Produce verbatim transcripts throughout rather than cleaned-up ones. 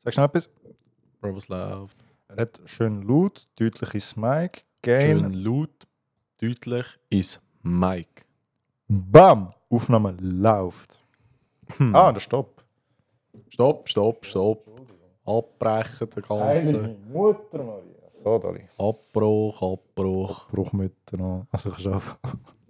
Sagst du noch etwas? Bro, was läuft? Er hat schön laut, deutliches Mic, Gain. Schön laut, deutlich ist Mike. Bam! Aufnahme läuft. Hm. Ah, der Stopp. Stopp, stopp, stopp. Abbrechen, der ganze. Mutter Maria. So, Dali. Abbruch, Abbruch. Bruchmütter noch. Also kannst du auch.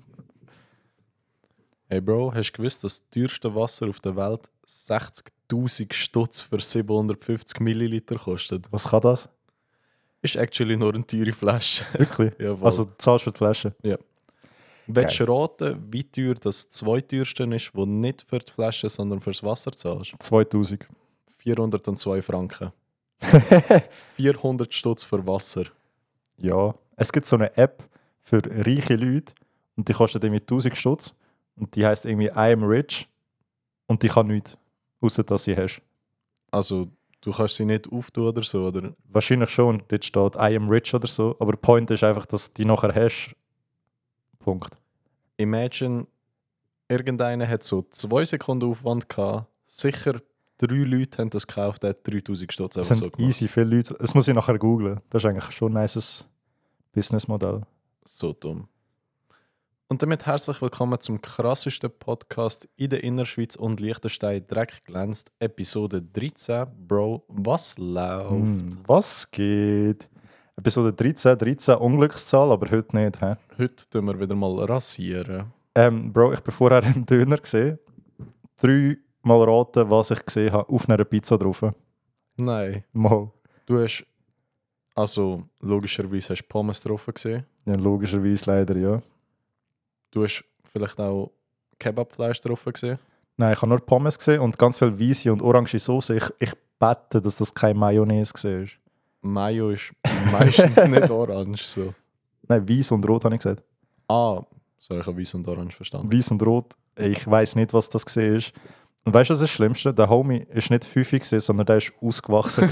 Hey Bro, hast du gewusst, dass das teuerste Wasser auf der Welt sechzigtausend Stutz für siebenhundertfünfzig Milliliter kostet? Was kann das? Ist actually nur eine teure Flasche. Wirklich? Jawohl. Also du zahlst für die Flasche? Ja. Willst du raten, wie teuer das zweiteuerste ist, wo nicht für die Flasche, sondern fürs Wasser zahlst? zweitausend. vierhundertzwei Franken. vierhundert Stutz für Wasser. Ja. Es gibt so eine App für reiche Leute und die kostet irgendwie tausend Stutz. Und die heisst irgendwie I am rich und die kann nichts, außer dass sie hast. Also, du kannst sie nicht auftun oder so, oder? Wahrscheinlich schon, und dort steht I am rich oder so, aber der Point ist einfach, dass du die nachher hast. Punkt. Imagine, irgendeiner hat so zwei Sekunden Aufwand gehabt, sicher drei Leute haben das gekauft, der hat dreitausend Stutz Es einfach sind so gemacht. easy viele Leute. Das muss ich nachher googlen. Das ist eigentlich schon ein nices Businessmodell. So dumm. Und damit herzlich willkommen zum krassesten Podcast in der Innerschweiz und Liechtenstein. Dreck glänzt, Episode dreizehn. Bro, was läuft? Hm, was geht? Episode dreizehn, dreizehn Unglückszahl, aber heute nicht. He? Heute tun wir wieder mal rasieren. Ähm, Bro, ich bin vorher im Döner gesehen. Drei Mal raten, was ich gesehen habe, auf einer Pizza drauf. Nein, Mal. du hast, also logischerweise hast du Pommes drauf gesehen. Ja, logischerweise leider, ja. Du hast vielleicht auch Kebabfleisch drauf gesehen. Nein, ich habe nur Pommes gesehen und ganz viel weiße und orange Soße. Ich, ich bete, dass das kein Mayonnaise war. Mayo ist meistens nicht orange. So. Nein, weiß und rot habe ich gesagt. Ah, sorry, ich habe weiß und orange verstanden. Weiß und rot, ich weiß nicht, was das war. Und weißt du, was das Schlimmste? Der Homie war nicht fünfig, sondern der ist ausgewachsen.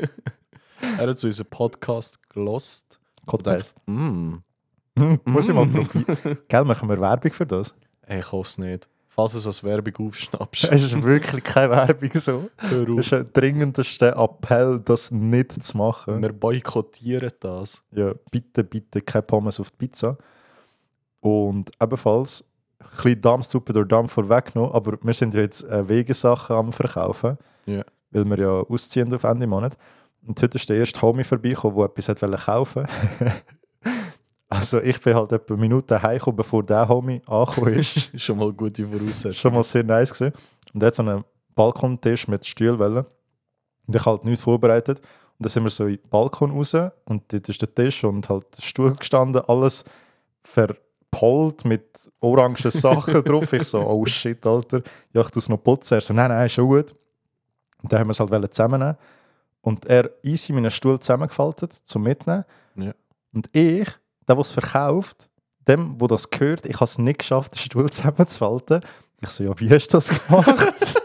Er hat zu unserem Podcast gelost. Podcast. Mm. Muss ich mal probieren. Gell, machen wir Werbung für das? Hey, ich hoffe es nicht. Falls du es als Werbung aufschnappst. Es ist wirklich keine Werbung so. Hör Das auf. ist ein dringendster Appell, das nicht zu machen. Wir boykottieren das. Ja, bitte, bitte keine Pommes auf die Pizza. Und ebenfalls ein bisschen Darmsuppe durch Darm vorweggenommen, aber wir sind ja jetzt äh, Wegesachen am Verkaufen, Ja. weil wir ja ausziehen auf Ende Monat. Und heute ist der erste Homie vorbeigekommen, der etwas hat kaufen wollte. Also ich bin halt etwa eine Minute heimgekommen, bevor der Homie angekommen ist. Ist schon mal gute Das war Voraussetzung. schon mal sehr nice gewesen. Und er hat so einen Balkontisch mit Stühlwellen. Und ich halt nichts vorbereitet. Und dann sind wir so in den Balkon raus und dort ist der Tisch und halt der Stuhl gestanden, alles verpollt mit orangen Sachen drauf. Ich so, oh shit, Alter, ja, ich tue es noch putzen. Er so, nein, nein, ist schon gut. Und dann haben wir es halt zusammennehmen. Und er easy meinen Stuhl zusammengefaltet, zum Mitnehmen. Ja. Und ich, der, der es verkauft, dem, wo das gehört, ich habe es nicht geschafft, den Stuhl zusammenzufalten. Ich so, ja, wie hast du das gemacht?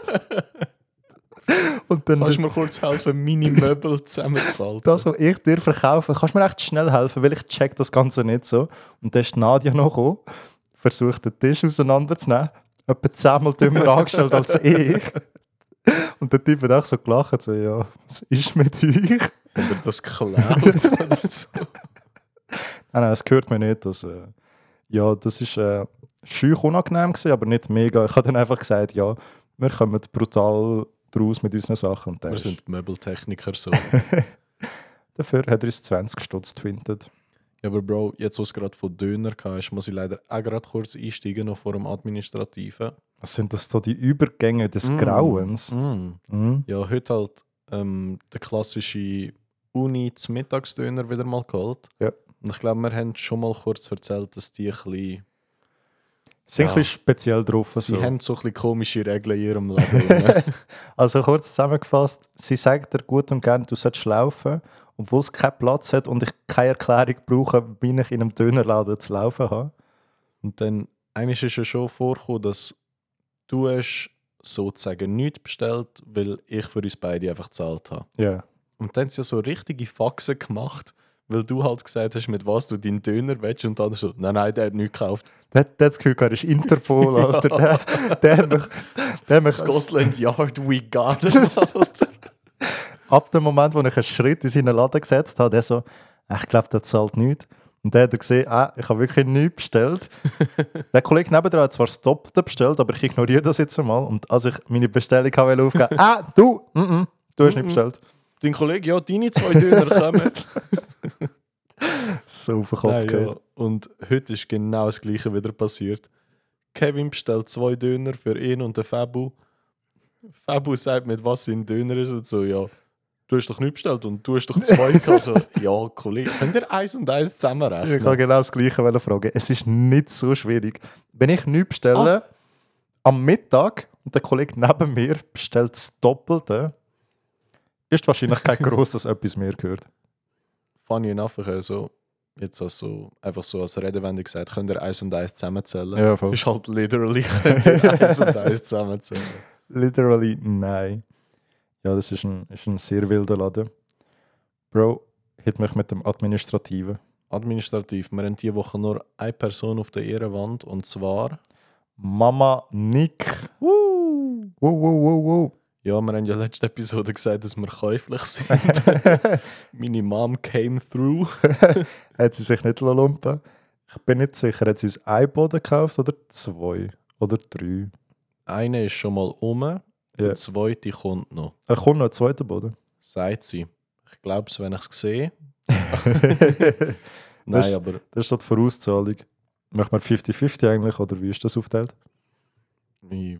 Und dann Kannst du mir kurz helfen, meine Möbel zusammenzufalten? das, was ich dir verkaufe, kannst du mir echt schnell helfen, weil ich check das Ganze nicht so. Und dann ist Nadia noch gekommen, versucht den Tisch auseinanderzunehmen, etwa zehnmal dümmer angestellt als ich. Und der Typ hat auch so gelacht, so, ja, was ist mit euch? Hat er das geklaut oder so? Nein, nein, das gehört mir nicht. Das, äh, ja, das ist äh, schön unangenehm gewesen, aber nicht mega. Ich habe dann einfach gesagt, ja, wir kommen brutal draus mit unseren Sachen. Und der Wir ist- sind Möbeltechniker so. Dafür hat er uns zwanzig Stutz getwintet. Ja, aber Bro, jetzt was gerade von Döner hast, muss ich leider auch gerade kurz einsteigen, noch vor dem Administrativen. Was sind das da, die Übergänge des Mm. Grauens? Mm. Mhm. Ja, heute halt ähm, der klassische Uni zum Mittagsdöner wieder mal geholt. Ja. Und ich glaube, wir haben schon mal kurz erzählt, dass die ein bisschen, Sind Ja. ein bisschen speziell drauf. sie So. haben so ein bisschen komische Regeln in ihrem Leben. ne? Also kurz zusammengefasst, sie sagt dir gut und gerne, du sollst laufen, obwohl es keinen Platz hat und ich keine Erklärung brauche, wie ich in einem Dönerladen zu laufen habe. Und dann, eigentlich ist ja schon vorgekommen, dass du hast sozusagen nichts bestellt, weil ich für uns beide einfach gezahlt habe. Ja. Und dann haben sie ja so richtige Faxen gemacht, weil du halt gesagt hast, mit was du deinen Döner willst und dann so, nein, nein, der hat nichts gekauft. Der, der hat das Gefühl, er ist Interpol, Alter. Der, der, hat mich, der hat mich Scotland Yard, we got it, Alter. ab dem Moment, wo ich einen Schritt in seinen Laden gesetzt habe, der so, ich glaube, der zahlt nichts. Und der hat gesehen, ah, ich habe wirklich nichts bestellt. Der Kollege nebenan hat zwar das Doppelte bestellt, aber ich ignoriere das jetzt einmal. Und als ich meine Bestellung habe aufgeben, ah, du, mm -mm, du hast nicht bestellt. Dein Kollege, ja, deine zwei Döner kommen. So auf den Kopf Nein, gehört. ja. Und heute ist genau das Gleiche wieder passiert. Kevin bestellt zwei Döner für ihn und den Fabu. Fabu sagt, mit was sein Döner ist und so, ja, du hast doch nicht bestellt und du hast doch zwei gehabt. So, ja, Kollege, könnt ihr eins und eins zusammenrechnen? Ich kann genau das Gleiche fragen. Es ist nicht so schwierig. Wenn ich nichts bestelle, Ah. am Mittag und der Kollege neben mir bestellt das Doppelte, ist wahrscheinlich kein Gross, dass etwas mehr gehört. Funny enough, ich habe so, jetzt als so, einfach so als Redewendung gesagt, könnt ihr eins und eins zusammenzählen? Ja, voll. Ist halt literally, könnt ihr eins und eins zusammenzählen. Literally nein. Ja, das ist ein, ist ein sehr wilder Laden. Bro, hit mich mit dem Administrativen. Administrativ, wir haben diese Woche nur eine Person auf der Ehrenwand und zwar, Mama Nick. Woo, woo, woo, woo, woo. ja, wir haben ja letzte Episode gesagt, dass wir käuflich sind. Meine Mom came through. Hat sie sich nicht lumpen. Ich bin nicht sicher, hat sie uns einen Boden gekauft oder zwei? Oder drei? Eine ist schon mal um, Ja. der zweite kommt noch, Er kommt noch ein zweiter Boden. sagt sie. Ich glaube es, wenn ich es sehe. Das Nein, ist- aber Das ist so die Vorauszahlung. Macht man fünfzig fünfzig eigentlich, oder wie ist das aufgeteilt? ich,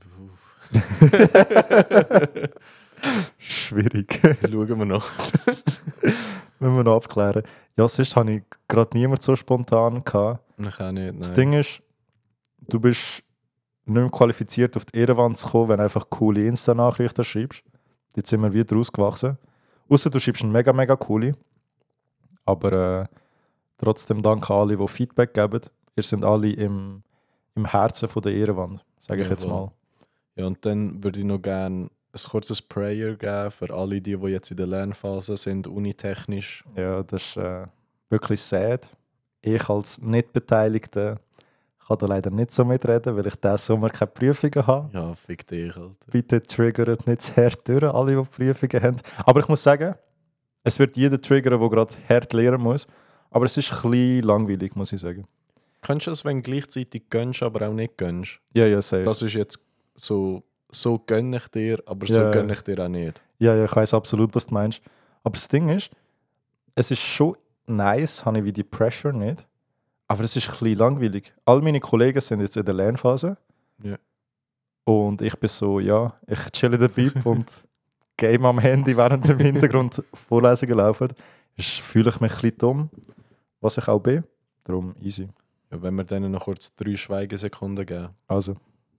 Schwierig. schauen wir noch. Müssen wir noch abklären. Ja, sonst habe ich gerade niemand so spontan gehabt. Ich auch nicht, Das nein. Ding ist, du bist nicht mehr qualifiziert, auf die Ehrenwand zu kommen, wenn du einfach coole Insta-Nachrichten schreibst. Jetzt sind wir wieder rausgewachsen. Außer du schreibst eine mega, mega coole. Aber äh, trotzdem danke an alle, die Feedback geben. Ihr seid alle im, im Herzen von der Ehrenwand, sage ich jetzt Jawohl. mal. Ja, und dann würde ich noch gerne ein kurzes Prayer geben für alle, die, die jetzt in der Lernphase sind, unitechnisch. Ja, das ist äh, wirklich sad. Ich als Nicht-Beteiligter kann da leider nicht so mitreden, weil ich diesen Sommer keine Prüfungen habe. Ja, fick dich, Alter. Bitte triggert nicht zu hart durch, alle, die Prüfungen haben. Aber ich muss sagen, es wird jeder triggern, der gerade hart lernen muss. Aber es ist ein bisschen langweilig, muss ich sagen. Könntest du es, wenn du gleichzeitig gönnst, aber auch nicht gönnst? Ja, ja, safe. Das ist jetzt so, so gönne ich dir, aber so Ja. gönne ich dir auch nicht. Ja, ja, ich weiß absolut, was du meinst. Aber das Ding ist, es ist schon nice, habe ich wie die Pressure nicht. Aber es ist ein bisschen langweilig. All meine Kollegen sind jetzt in der Lernphase. Ja. Und ich bin so, ja, ich chill in der Bib und game am Handy, während im Hintergrund Vorlesungen laufen. Das fühle ich mich ein bisschen dumm, was ich auch bin. Darum easy. Ja, wenn wir denen noch kurz drei Schweigesekunden geben. Also.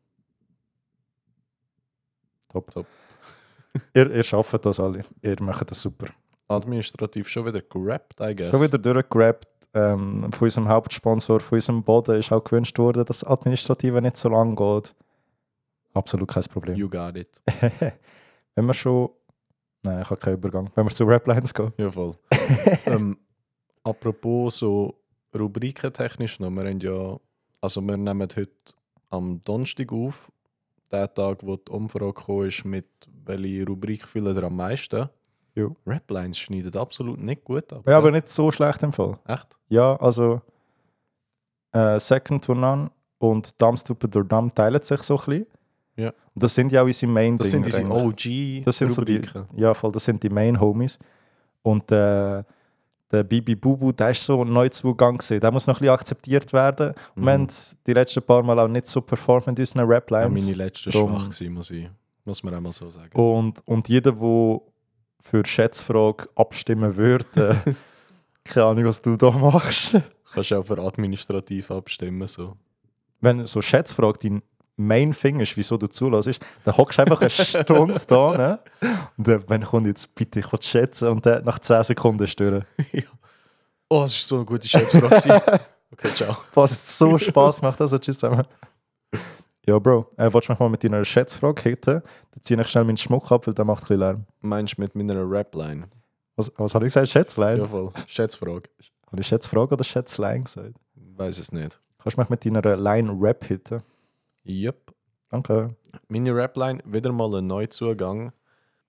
Top. Top. ihr, ihr schafft das alle. Ihr macht das super. Administrativ schon wieder gerappt, I guess. Schon wieder durchgerappt. Ähm, von unserem Hauptsponsor, von unserem Boden ist auch gewünscht worden, dass das Administrative nicht so lang geht. Absolut kein Problem. You got it. Wenn wir schon... Nein, ich habe keinen Übergang. Wenn wir zu Raplines gehen. Ja, voll. ähm, apropos so rubrikentechnisch noch, wir haben ja, also wir nehmen heute am Donnerstag auf, der Tag, wo die Umfrage gekommen ist, mit welche Rubrik füllen ihr am meisten. Jo. Raplines schneiden absolut nicht gut ab. Ja, aber nicht so schlecht im Fall. Echt? Ja, also... Äh, Second to None und Dumb Stupid or Dumb teilen sich so ein bisschen. Ja. Und das sind ja auch unsere main Das sind diese eigentlich. O G Das sind so die, Rubriken. ja, voll, das sind die Main-Homies. Und äh, der Bibi Bubu, der ist so ein Neuzugang gewesen. Der muss noch ein bisschen akzeptiert werden. Und Mhm. wir haben die letzten paar Mal auch nicht so performt mit unseren Ja, Rap-Lines. meine letzte Drum- schwach gewesen, muss ich, muss man einmal so sagen. und, und jeder, der für Schätzfrage abstimmen würde, äh, keine Ahnung, was du da machst. Kannst auch für administrativ abstimmen, so. Wenn so Schätzfrage dein Main-Thing ist, wieso du zulässt, dann hockst du einfach eine Stunde da, ne? Und dann, wenn kommt jetzt bitte, ich will schätzen, und dann nach zehn Sekunden ist es durch. Oh, das ist so eine gute Schätzfrage gewesen. Okay, ciao. Was hat so Spaß macht, also tschüss zusammen. Ja, Bro, äh, willst du mich mal mit deiner Schätzfrage hitten? Dann ziehe ich schnell meinen Schmuck ab, weil der macht ein bisschen Lärm. Meinst du mit meiner Rapline? Was, was habe ich gesagt? Schätzlein? Ja, voll. Schätzfrage. Habe ich Schätzfrage oder Schätzlein gesagt? Weiß es nicht. Kannst du mich mit deiner Line Rap hitten? Yep. Danke. Meine Rapline, wieder mal ein Neuzugang.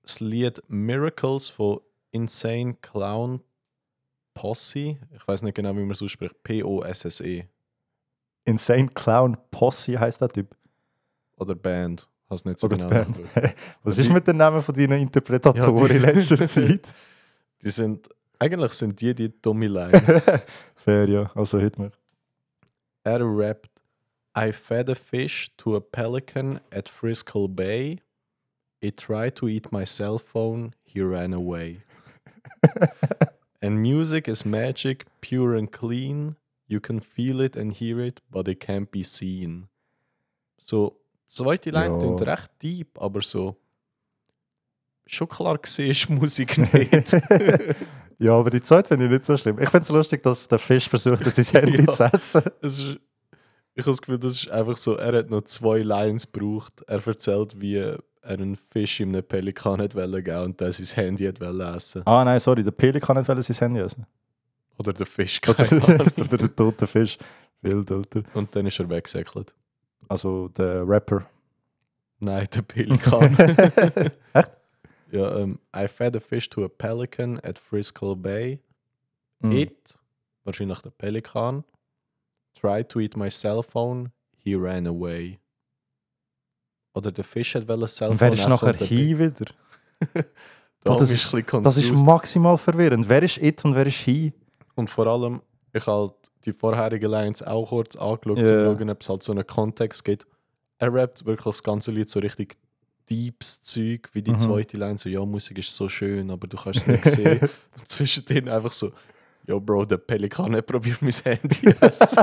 das Lied Miracles von Insane Clown Posse. Ich weiß nicht genau, wie man es ausspricht. P O S S E. Insane Clown Posse heisst der Typ. Oder Band. Hast nicht so Oder genau die Band. nachgeschaut. Was Die- ist mit den Namen von deinen Interpretatoren Ja, die- in letzter Zeit? Die sind, eigentlich sind die die dumme Line. Fair, ja. Also hört mich. Er rappt: I fed a fish to a pelican at Frisco Bay. It tried to eat my cell phone. He ran away. And music is magic, pure and clean. You can feel it and hear it, but it can't be seen. So, die zweite Line Ja. klingt recht deep, aber so schon klar gesehen ist Musik nicht. Ja, aber die Zeit finde ich nicht so schlimm. Ich finde es lustig, dass der Fisch versucht hat, sein Handy Ja. zu essen. Es ist, ich habe das Gefühl, das ist einfach so, er hat noch zwei Lines gebraucht. Er erzählt, wie er einen Fisch in einem Pelikan hat wollen geben und der sein Handy hat wollen essen. Ah nein, sorry, der Pelikan nicht wollte sein Handy essen. Oder der Fisch, Oder, keine Ahnung. oder der tote Fisch. Wild, Alter. Und dann ist er weggesäckelt. Also der Rapper. Nein, der Pelikan. Echt? Ja, ähm, I fed a fish to a pelican at Frisco Bay. Mm. It, wahrscheinlich der Pelikan, tried to eat my cell phone. He ran away. Oder der Fisch hat wollen Cellphone Und wer ist essen nachher und der he wieder? Pe- Oh, Da das bin ist- ich ein bisschen Das ist confused. maximal verwirrend. Wer ist it und wer ist he? Und vor allem, ich habe halt die vorherigen Lines auch kurz angeschaut, Ja. um zu schauen, ob es halt so einen Kontext gibt. Er rappt wirklich das ganze Lied so richtig deeps Zeug, wie die Mhm. zweite Line, so, ja, Musik ist so schön, aber du kannst es nicht sehen. Und zwischendrin einfach so, yo Bro, der Pelikan hat probiert mein Handy zu essen.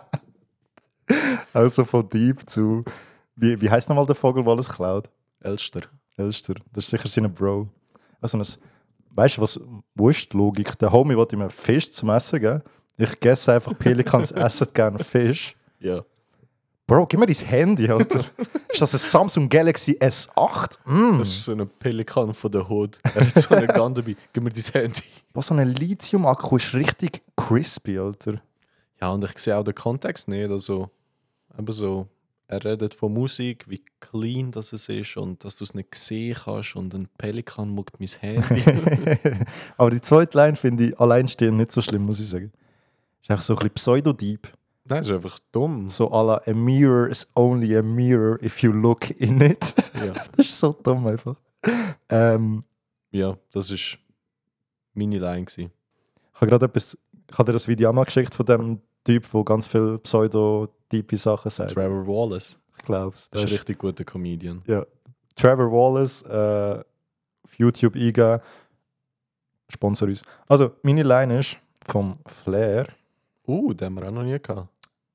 Also von Deep zu. Wie, wie heißt nochmal der Vogel, der alles klaut? Elster. Elster. Das ist sicher sein Bro. Also ein, weißt du, was, wo ist die Logik? Der Homie wollte ihm Fisch zum Essen geben. Ich gesse einfach Pelikans essen gerne Fisch. Ja. Bro, gib mir dein Handy, Alter. Ist das ein Samsung Galaxy S acht? Mm. Das ist so ein Pelikan von der Hood. Er hat so einen Gun dabei. Gib mir dein Handy. Was, so ein Lithium-Akku ist richtig crispy, Alter. Ja, und ich sehe auch den Kontext nicht. Also, aber so, er redet von Musik, wie clean das es ist und dass du es nicht sehen kannst und ein Pelikan muckt mein Handy. Aber die zweite Line finde ich alleinstehend nicht so schlimm, muss ich sagen. Ist einfach so ein bisschen pseudo-deep. Nein, das ist einfach dumm. So à la a mirror is only a mirror if you look in it. Ja, Das ist so dumm einfach. Ähm, ja das ist meine Line gewesen. ich habe gerade etwas, ich habe dir das Video auch mal geschickt von dem Typ, der ganz viele pseudo-deepe Sachen sagt. Trevor Wallace. Ich glaube es. Das ist ein richtig guter Comedian. Ja. Trevor Wallace, äh, auf YouTube eingeben. Sponsor uns. Also, meine Line ist vom Flair. Uh, den haben wir auch noch nie gehabt.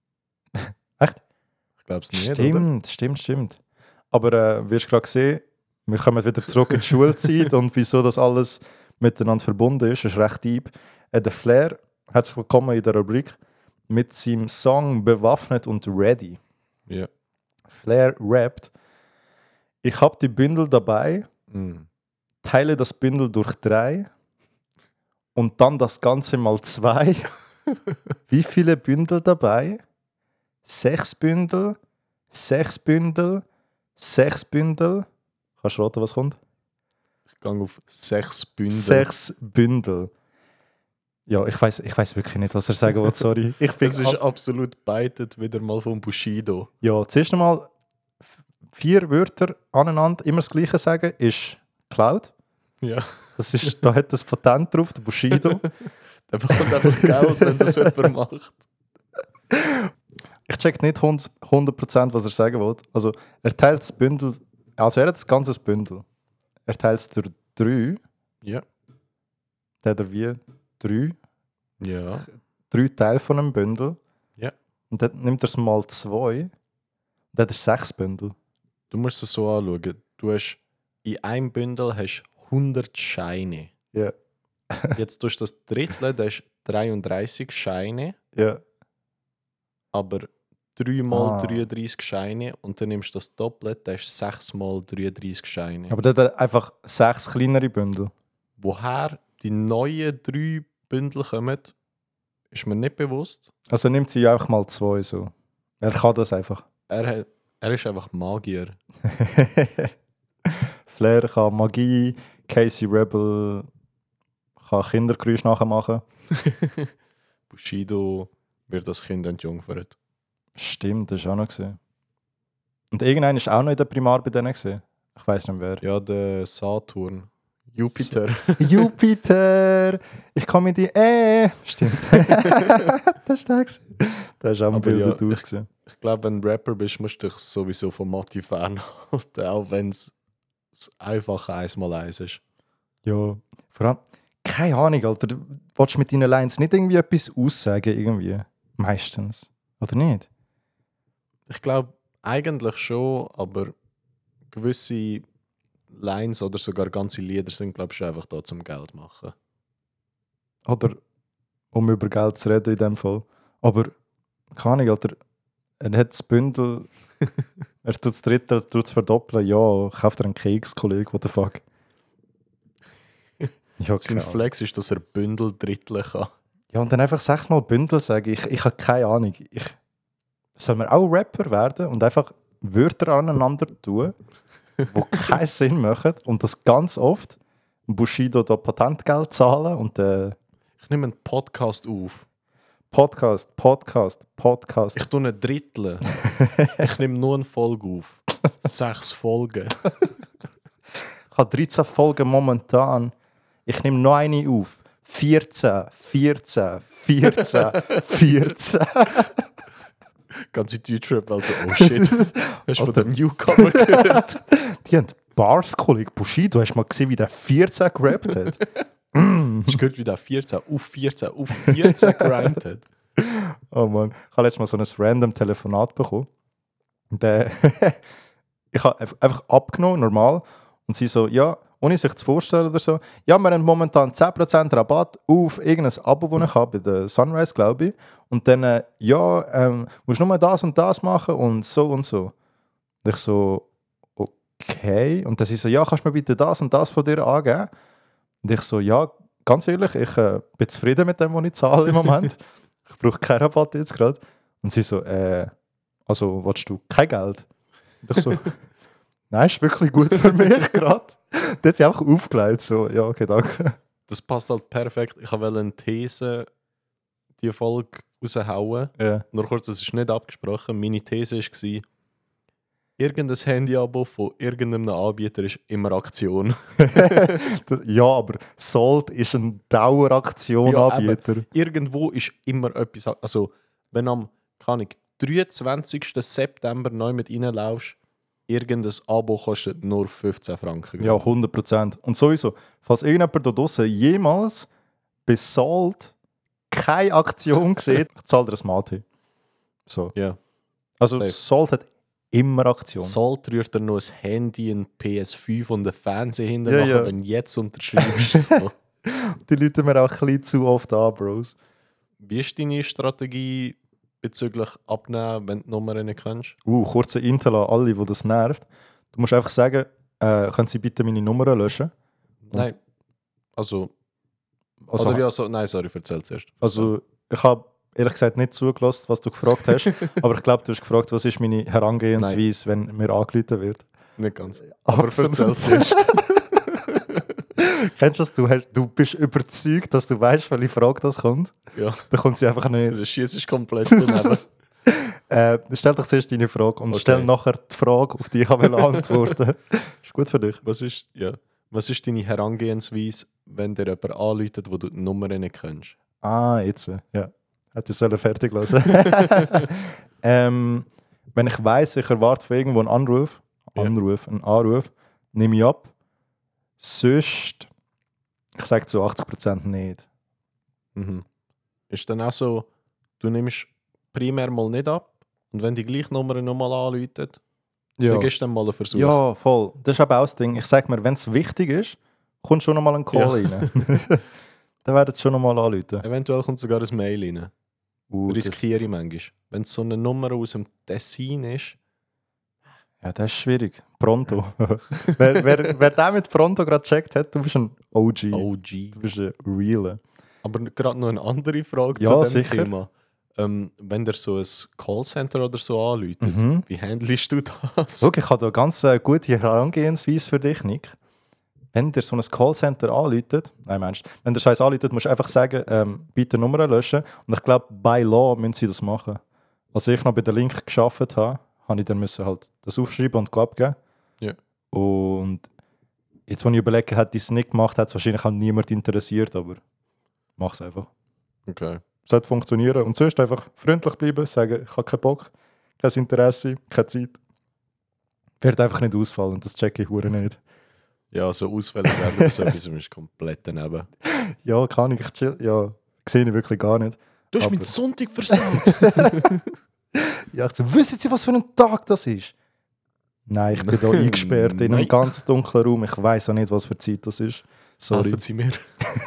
Echt? Ich glaube es nicht, oder? Stimmt, stimmt, stimmt. Aber äh, wirst gerade sehen, wir kommen wieder zurück in die Schulzeit und wieso das alles miteinander verbunden ist, ist recht deep. Äh, der Flair, herzlich willkommen in der Rubrik, mit seinem Song Bewaffnet und Ready. Ja. Flair rappt: Ich habe die Bündel dabei, Mm. teile das Bündel durch drei und dann das Ganze mal zwei. Wie viele Bündel dabei? Sechs Bündel, sechs Bündel, sechs Bündel. Kannst du raten, was kommt? Ich gehe auf sechs Bündel. Sechs Bündel. Ja, ich weiß ich weiss wirklich nicht, was er sagen will, sorry. Ich bin Das ist absolut beitet wieder mal vom Bushido. ja, zuerst einmal f- vier Wörter aneinander immer das Gleiche sagen, ist Cloud. Ja. Das ist, da hat das Patent drauf, der Bushido. Der bekommt einfach Geld, wenn das jemand macht. Ich check nicht hundert Prozent, was er sagen will. Also, er teilt das Bündel, also er hat das ganze Bündel. Er teilt es durch drei. Ja. Dann hat er wie drei, Ja. drei Teile von einem Bündel. Ja. Und dann nimmt er es mal zwei. Dann hat er sechs Bündel. Du musst es so anschauen. Du hast in einem Bündel hast hundert Scheine. Ja. Jetzt tust du das Drittel, das ist dreiunddreißig Scheine, Ja. aber drei mal Ah. dreiunddreißig Scheine und dann nimmst du das Doppelte, das ist sechs mal dreiunddreißig Scheine. Aber dann hat er einfach sechs kleinere Bündel. Woher die neuen drei Bündel kommen, ist mir nicht bewusst. Also nimmt sie einfach mal zwei so. Er kann das einfach. Er, hat, er ist einfach Magier. Flair kann Magie, Casey Rebel kann Kindergeräusche nachmachen. Bushido wird als Kind entjungfert. Stimmt, das war auch noch gesehen. Und irgendeiner ist auch noch in der Primar bei denen gesehen. Ich weiss nicht wer. Ja, der Saturn. Jupiter. Jupiter! Ich komme in die äh. Stimmt. Das ist der gewesen. Der ist auch ein Bild ja, durch. ich, ich glaube, wenn du Rapper bist, musst du dich sowieso von Matti fernhalten, auch wenn es einfach eins mal eins ist. Ja, vor allem, keine Ahnung, Alter. Du willst mit deinen Lines nicht irgendwie etwas aussagen, irgendwie? Meistens. Oder nicht? Ich glaube, eigentlich schon, aber gewisse Lines oder sogar ganze Lieder sind, glaube ich, einfach da zum Geld machen. Oder um über Geld zu reden in dem Fall. Aber, keine Ahnung, Alter. Er hat das Bündel, er tut das Drittel, tut es verdoppeln. Ja, kauft er einen Keks, Kollege, what the fuck. Ja, Sein Flex ist, dass er Bündel dritteln kann. Ja, und dann einfach sechsmal Bündel sagen. Ich, ich habe keine Ahnung. Ich, soll man auch Rapper werden und einfach Wörter aneinander tun, die keinen Sinn machen und das ganz oft Bushido da Patentgeld zahlen und äh, Ich nehme einen Podcast auf. Podcast, Podcast, Podcast. Ich tue einen Drittel. Ich nehme nur eine Folge auf. Sechs Folgen. Ich habe dreizehn Folgen momentan. Ich nehme noch eine auf. vierzehn, vierzehn, vierzehn, vierzehn. Ganze Deutschrap, also oh shit. Hast du von dem Newcomer gehört? Die haben Bars, Kollege Bushido. Hast du mal gesehen, wie der vierzehn gerappt hat? Hast du gehört, wie der vierzehn auf vierzehn auf vierzehn gerimt hat? Oh Mann. Ich habe letztes Mal so ein random Telefonat bekommen. Und, äh, ich habe einfach abgenommen, normal. Und sie so, ja, ohne sich zu vorstellen oder so, ja, wir haben momentan zehn Prozent Rabatt auf irgendein Abo, das ich habe, bei der Sunrise, glaube ich. Und dann, äh, ja, ähm, musst nur das und das machen und so und so. Und ich so, okay. Und dann sie so, ja, kannst du mir bitte das und das von dir angeben? Und ich so, ja, ganz ehrlich, ich äh, bin zufrieden mit dem, was ich zahle im Moment. Ich brauche keinen Rabatt jetzt gerade. Und sie so, äh, also willst du kein Geld? Und ich so, nein, ist wirklich gut für mich gerade. Dann hat sie einfach aufgelegt, so, ja, okay, danke. Das passt halt perfekt. Ich wollte eine These, die Folge raushauen. Ja. Nur kurz, das ist nicht abgesprochen. Meine These war, irgendein Handy-Abo von irgendeinem Anbieter ist immer Aktion. Das- ja, aber Salt ist ein Daueraktion-Anbieter. Irgendwo ist immer etwas. Also, wenn am kann ich, dreiundzwanzigsten September neu mit reinlaufst, irgendein Abo kostet nur fünfzehn Franken. Ja, hundert Prozent. Und sowieso, falls irgendjemand da draussen jemals bei Salt keine Aktion sieht, ich zahle dir ein Mate. So. Ja. Also Safe. Salt hat immer Aktion. Salt rührt dir noch ein Handy, ein P S fünf und ein Fernseher hinter, Ja, machen, ja. wenn du jetzt unterschreibst. So. Die Leute mir auch ein bisschen zu oft an, Bros. Wie ist deine Strategie bezüglich Abnehmen, wenn du die Nummern nicht kennst? Uh, kurzer Intel an alle, die das nervt. Du musst einfach sagen, äh, können Sie bitte meine Nummer löschen? Nein. Also, Also, oder ja, so, nein, sorry, erzähl zuerst. also ich habe ehrlich gesagt nicht zugelassen, was du gefragt hast. Aber ich glaube, du hast gefragt, was ist meine Herangehensweise, wenn mir angerufen wird. Nicht ganz. Aber Absolut. erzähl zuerst. Kennst du das? Du, hast, du bist überzeugt, dass du weißt, welche Frage das kommt. Ja, Dann kommt sie einfach nicht. der Schiess ist komplett daneben. Äh, stell doch zuerst deine Frage und Okay. stell nachher die Frage, auf die ich antworten will. Ist gut für dich. Was ist, ja, was ist deine Herangehensweise, wenn dir jemand anruft, wo du die Nummer nicht kennst? Ah, jetzt. äh, Ja. Hätte ich sollen fertig lassen. ähm, wenn ich weiss, ich erwarte von irgendwo einen Anruf, Ja. Anruf, einen Anruf, nehme ich ab. Sonst, ich sage zu achtzig Prozent nicht. Mhm. Ist dann auch so, du nimmst primär mal nicht ab und wenn die gleiche Nummer nochmal anruft, dann gehst du dann mal einen Versuch. Ja, voll. Das ist aber auch das Ding. Ich sage mir, wenn es wichtig ist, kommt schon nochmal ein Call Ja. rein. Dann werden sie schon nochmal anrufen. Eventuell kommt sogar ein Mail rein. Uh, das- Riskiere ich manchmal. Wenn es so eine Nummer aus dem Tessin ist, Ja, das ist schwierig. Pronto. wer, wer, wer den mit Pronto gerade gecheckt hat, du bist ein O G. O G. Du bist ein Realer. Aber gerade noch eine andere Frage Ja, zu dem sicher. Thema. ähm, wenn dir so ein Callcenter oder so anläutet, Mhm. wie handelst du das? Schau, ich habe da ganz äh, gute Herangehensweise für dich, Nick. Wenn dir so ein Callcenter anläutet, nein, meinst du, wenn der Scheiß anläutet, musst du einfach sagen, ähm, bitte Nummern löschen. Und ich glaube, by law müssen sie das machen. Als ich noch bei der Link gearbeitet habe, habe ich dann müssen halt das aufschreiben und abgeben. Ja. Und jetzt, wenn ich überlege, hätte ich es nicht gemacht, hat es wahrscheinlich auch niemand interessiert, aber mach es einfach. Okay. Es sollte funktionieren. Und sonst einfach freundlich bleiben, sagen, ich habe keinen Bock, kein Interesse, keine Zeit. Wird einfach nicht ausfallen, das checke ich hure nicht. Ja, so Ausfälle werden bei so etwas ist komplett daneben. Ja, kann ich, chill, ja, sehe ich wirklich gar nicht. Du hast Aber- meinen Sonntag versaut! Ja, ich so, wissen Sie, was für ein Tag das ist? Nein, ich bin da eingesperrt in einem Nein. ganz dunklen Raum. Ich weiß auch nicht, was für Zeit das ist. Sorry. Helfen Sie mir.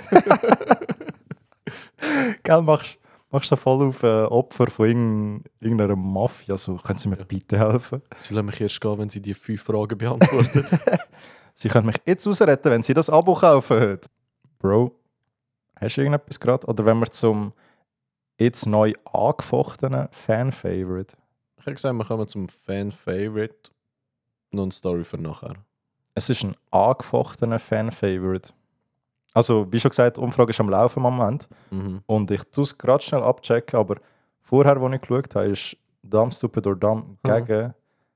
Gell, machst machst so voll auf äh, Opfer von irgend, irgendeiner Mafia. So, können Sie mir Ja. bitte helfen? Sie lassen mich erst gehen, wenn Sie die fünf Fragen beantworten. Sie können mich jetzt ausretten, wenn Sie das Abo kaufen. Bro, hast du irgendetwas gerade? Oder wenn wir zum jetzt neu angefochtenen Fan-Favorite. Ich habe gesagt, wir kommen zum Fan-Favorite. Noch eine Story für nachher. Es ist ein angefochtener Fan-Favorite. Also, wie schon gesagt, die Umfrage ist am Laufen im Moment. Mhm. Und ich tue es gerade schnell abchecken, aber vorher, als ich geschaut habe, ist Dumb, Stupid or Dumb gegen,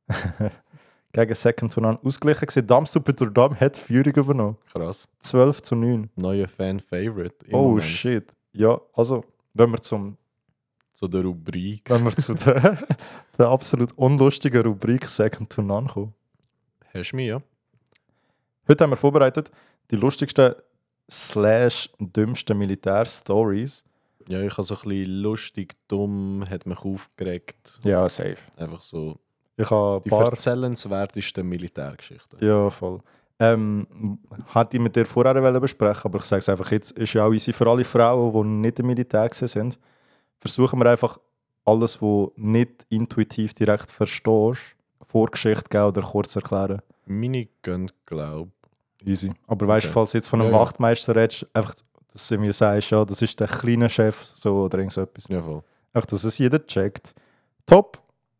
gegen Second to None ausgeglichen gewesen. Dumb, Stupid or Dumb hat Führung übernommen. Krass. zwölf zu neun. Neuer Fan-Favorite. im Oh Moment. shit. Ja, also, wenn wir, zum, So der Rubrik. wenn wir zu der, der absolut unlustigen Rubrik Second to None kommen. Hast du mich, ja? Heute haben wir vorbereitet die lustigsten slash dümmsten Militär-Stories. Ja, ich habe so ein bisschen lustig, dumm, hat mich aufgeregt. Ja, safe. Einfach so Ich habe die ein paar... erzählenswertesten Militärgeschichten. Ja, voll. Ähm, hatte ich mit dir vorher wollen besprechen, aber ich sage es einfach jetzt, ist ja auch easy für alle Frauen, die nicht im Militär gewesen sind. Versuchen wir einfach alles, was nicht intuitiv direkt verstehst, Vorgeschichte geben oder kurz erklären. Meine gehen, glaube Easy. Aber weißt du, Okay. falls du jetzt von einem Ja, ja. Wachtmeister redest, einfach, dass du mir sagst, ja, das ist der kleine Chef so, oder irgend so etwas. ich. Ja, voll. Einfach, dass es jeder checkt. Top!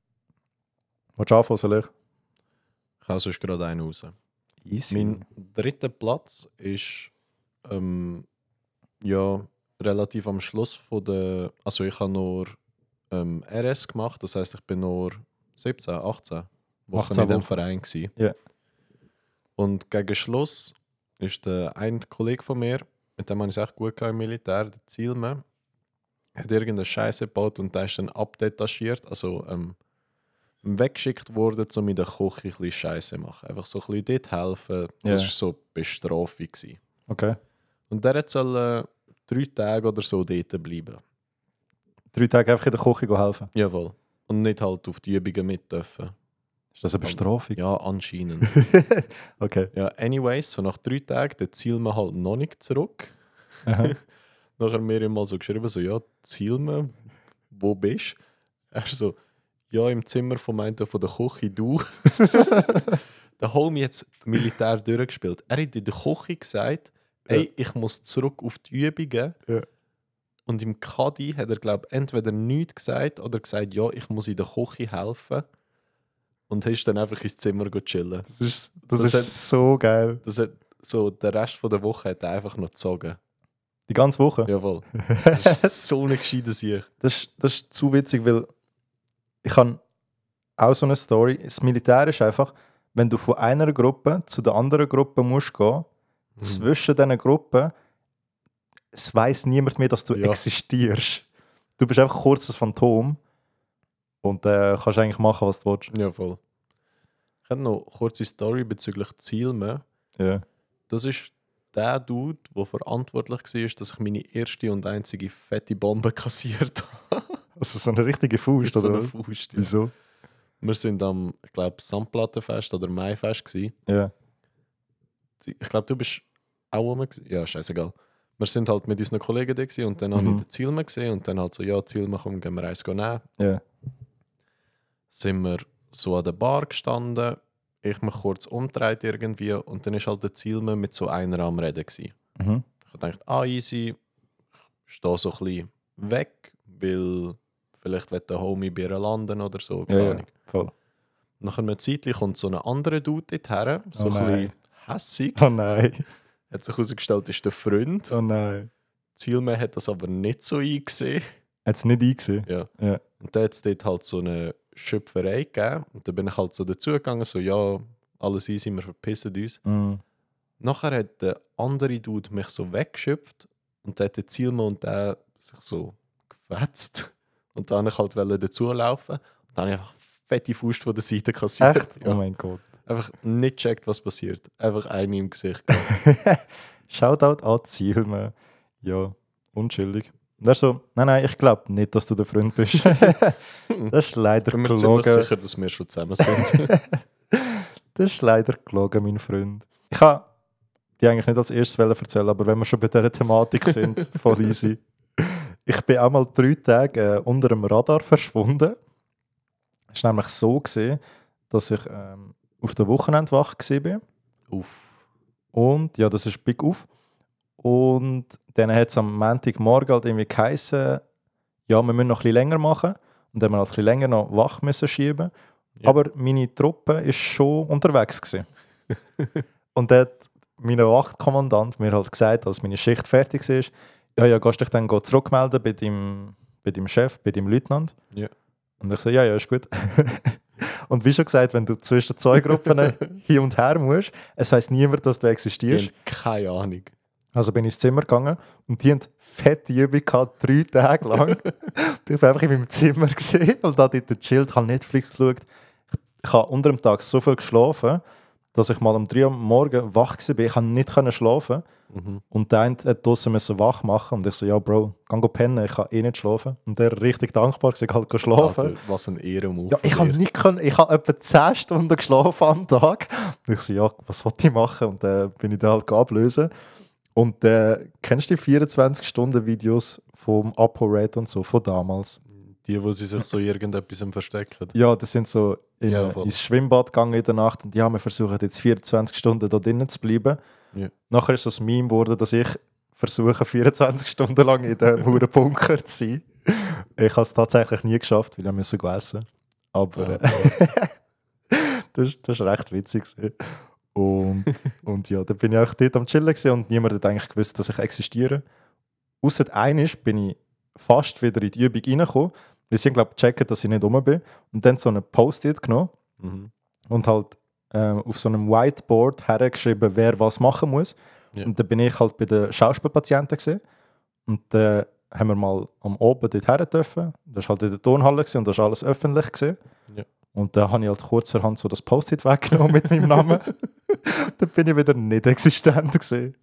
Willst du anfangen, soll ich? Ich habe sonst gerade einen raus. Easy. Mein dritter Platz ist ähm, ja, relativ am Schluss von der. Also, ich habe nur ähm, R S gemacht, das heisst, ich bin nur siebzehn, achtzehn Wochen achtzehn in dem Wochen. Verein. Gewesen. Ja. Und gegen Schluss ist der ein Kollege von mir, mit dem habe ich es echt gut gehabt im Militär, der Zielmann, hat irgendeine Scheiße gebaut und der ist dann abdetachiert, also ähm, weggeschickt worden, um in der Küche ein bisschen Scheiße zu machen. Einfach so ein bisschen dort helfen. Das Ja. war so Bestrafung gewesen. Okay. Und der soll äh, drei Tage oder so dort bleiben. Drei Tage einfach in der Küche gehen helfen. Jawohl. Und nicht halt auf die Übungen mit dürfen. Ist das eine Bestrafung? Ja, anscheinend. Okay. Ja, anyways, so nach drei Tagen, der Zielmann halt noch nicht zurück. Aha. Nachher mir ihm mal so geschrieben, so, ja, Zielmann, wo bist du? Er so, ja, im Zimmer vom einen von der Küche, du. Der Homie jetzt Militär durchgespielt. Er hat in der Küche gesagt, ey, ich muss zurück auf die Übungen. Ja. Und im Kadi hat er, glaube ich, entweder nichts gesagt oder gesagt, ja, ich muss in der Küche helfen. Und ist dann einfach ins Zimmer go chillen. Das ist, das Das ist hat- so geil. Das hat, so, der Rest von der Woche hat er einfach noch gezogen. Die ganze Woche? Jawohl. Das ist so eine gescheite Sicht. Das, ist- das ist zu witzig, weil ich habe auch so eine Story. Das Militär ist einfach, wenn du von einer Gruppe zu der anderen Gruppe musst gehen, Mhm. zwischen diesen Gruppen, es weiss niemand mehr, dass du Ja. existierst. Du bist einfach kurz ein Phantom und äh, kannst eigentlich machen, was du willst. Ja, voll. Ich habe noch eine kurze Story bezüglich Zielmann. Ja. Das ist der Dude, der verantwortlich war, dass ich meine erste und einzige fette Bombe kassiert habe. Also so eine richtige Faust, So oder? eine was? Faust, ja. Wieso? Wir sind am, ich glaube, Sandplattenfest oder Maifest gewesen. Ja. Ich glaube, du bist auch rum. gewesen. Ja, scheißegal. Wir sind halt mit unseren Kollegen da gewesen und dann habe Mhm. ich den Zielmann gesehen und dann halt so, ja, Zielmann, komm, gehen wir eins nehmen. Ja. Sind wir so an der Bar gestanden, ich mich kurz umgedreht irgendwie und dann ist halt der Zielmann mit so einer am Reden gewesen. Mhm. Ich dachte, ah, easy, ich stehe so ein bisschen weg, weil vielleicht will der Homie bei ihr landen oder so, Ja, keine ja, Ahnung. voll. Nach einem Zeitchen kommt so ein anderer Dude dorthin, so Oh ein nein. bisschen hässig. Oh nein. Hat sich herausgestellt, ist der Freund. Oh nein. Zielmann hat das aber nicht so eingesehen. Hat es nicht eingesehen? Ja. Ja. Und dann hat es dort halt so eine Schöpferei gegeben. Und dann bin ich halt so dazugegangen, so ja, alles easy, wir verpissen uns. Mm. Nachher hat der andere Dude mich so weggeschöpft und dann hat der Zielmann und der sich so gefetzt. Und dann wollte ich halt dazulaufen. Und dann habe ich einfach fette Faust von der Seite kassiert. Echt? Ja. Oh mein Gott. Einfach nicht checkt, was passiert. Einfach eine im Gesicht. Shoutout an Zielmann. Ja, unschuldig. Und er ist so, nein, nein, ich glaube nicht, dass du der Freund bist. Das ist leider Ich bin mir ziemlich gelogen. sicher, dass wir schon zusammen sind. Das ist leider gelogen, mein Freund. Ich kann die eigentlich nicht als erstes erzählen, aber wenn wir schon bei dieser Thematik sind, voll easy. Ich bin auch mal drei Tage äh, unter dem Radar verschwunden. Es war nämlich so, gewesen, dass ich ähm, auf der Wochenende wach war. Uff. Und ja, das ist big auf. Und dann hat es am Montagmorgen halt irgendwie geheißen, ja, wir müssen noch ein bisschen länger machen. Und dann haben wir halt ein bisschen länger noch wach müssen schieben. Ja. Aber meine Truppe war schon unterwegs gewesen. Und dann hat mein Wachtkommandant mir halt gesagt, als meine Schicht fertig war, ja, ja, gehst dich dann go zurückmelden bei deinem, bei deinem Chef, bei deinem Leutnant. Ja. Und ich so, ja, ja, ist gut. Und wie schon gesagt, wenn du zwischen zwei Gruppen hin und her musst, es weiss niemand, dass du Die existierst. haben keine Ahnung. Also bin ich ins Zimmer gegangen und die hatten fette Übung gehabt, drei Tage lang. Ich war einfach in meinem Zimmer gewesen und da dort gechillt, habe Netflix geschaut. Ich habe unter dem Tag so viel geschlafen, dass ich mal um drei Uhr am Morgen wach war. Ich konnte nicht schlafen. Mhm. Und der eine hat draussen müssen wach machen. Und ich so, ja Bro, geh go pennen, ich kann eh nicht schlafen. Und der richtig dankbar war, halt go schlafen. Alter, was ein Ehrenmove. Ja, ich von habe dir. nicht können, ich habe etwa zehn Stunden geschlafen am Tag. Und ich so, ja, was wollte ich machen? Und dann äh, bin ich dann halt ablösen. Und äh, kennst du die vierundzwanzig-Stunden-Videos vom ApoRed und so, von damals? Die, wo sie sich so irgendetwas verstecken. Ja, das sind so in, Ja, äh, voll. ins Schwimmbad gegangen in der Nacht und ja, wir versuchen jetzt vierundzwanzig Stunden da drinnen zu bleiben. Ja. Nachher ist so ein Meme geworden, dass ich versuche, vierundzwanzig Stunden lang in dem verdammten Bunker zu sein. Ich habe es tatsächlich nie geschafft, weil ich musste essen. Aber Ja, äh, das, das war recht witzig. gewesen. Und, und ja, dann bin ich auch dort am Chillen gewesen und niemand hat eigentlich gewusst, dass ich existiere. Ausser einmal bin ich fast wieder in die Übung reingekommen, weil sie glaube ich gecheckt, dass ich nicht rum bin. Und dann so einen Post-it genommen Mhm. und halt ähm, auf so einem Whiteboard hergeschrieben, wer was machen muss. Ja. Und dann bin ich halt bei den Schauspielpatienten gewesen. Und dann äh, haben wir mal am Oben dort her dürfen. Das war halt in der Turnhalle gewesen und das war alles öffentlich gewesen. Ja. Und dann habe ich halt kurzerhand so das Post-it weggenommen mit meinem Namen. Dann bin ich wieder nicht existent gewesen.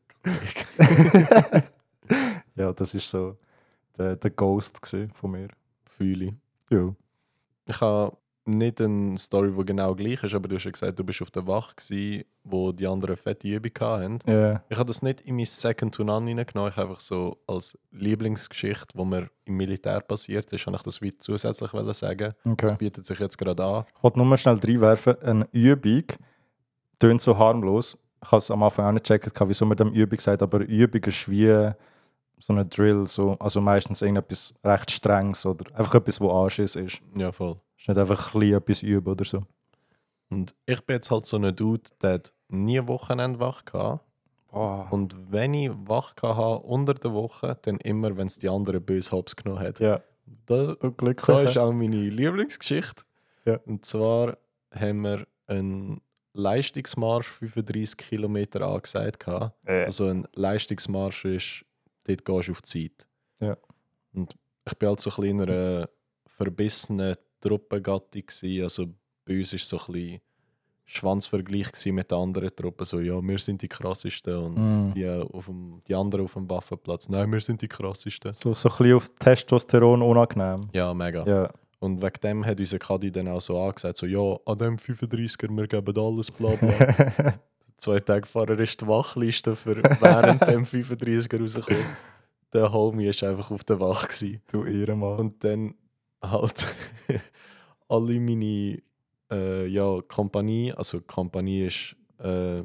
Ja, das war so der, der Ghost gewesen von mir. Fühle ich. Ja. Ich habe nicht eine Story, die genau gleich ist, aber du hast ja gesagt, du bist auf der Wache gewesen, wo die anderen fette Übung hatten. Ja. Ich habe das nicht in mein Second to None reingenommen. Ich habe einfach so als Lieblingsgeschichte, die mir im Militär passiert ist, habe ich das wie zusätzlich wollen sagen. Okay. Das bietet sich jetzt gerade an. Ich wollte nur mal schnell reinwerfen, eine Übung tönt so harmlos. Ich habe es am Anfang auch nicht gecheckt, wieso man dem Übung sagt, aber Übung ist wie so ein Drill, so, also meistens irgendetwas recht Strenges oder einfach etwas, wo Anschiss ist. Ja, voll. Es ist nicht einfach ein bisschen etwas üben oder so. Und ich bin jetzt halt so ein Dude, der hat nie Wochenende wach gehabt. Oh. Und wenn ich wach hatte unter der Woche, dann immer, wenn es die anderen böse Hops genommen hat. Ja, Da, du glücklich. da ist auch meine Lieblingsgeschichte. Ja. Und zwar haben wir einen Leistungsmarsch fünfunddreißig Kilometer angesagt. gehabt. Äh. Also ein Leistungsmarsch ist, dort gehst du auf die Zeit. Ja. Und ich bin halt so ein bisschen in einer verbissenen Truppengattung gewesen. Also bei uns war es so ein bisschen Schwanzvergleich gewesen mit den anderen Truppen. So, ja, wir sind die krassesten und Mm. die, auf dem, die anderen auf dem Waffenplatz. Nein, wir sind die krassesten. So, so ein bisschen auf Testosteron unangenehm. Ja, mega. Ja. Und wegen dem hat unser Kadi dann auch so angesagt, so, ja, an dem fünfunddreißiger, wir geben alles, bla bla. Zwei Tage vorher ist die Wachliste für während dem fünfunddreißiger rausgekommen. Der Homie war einfach auf der Wache gewesen. Du Ehrenmann. Und dann halt alle meine äh, ja, Kompanie, also die Kompanie ist äh,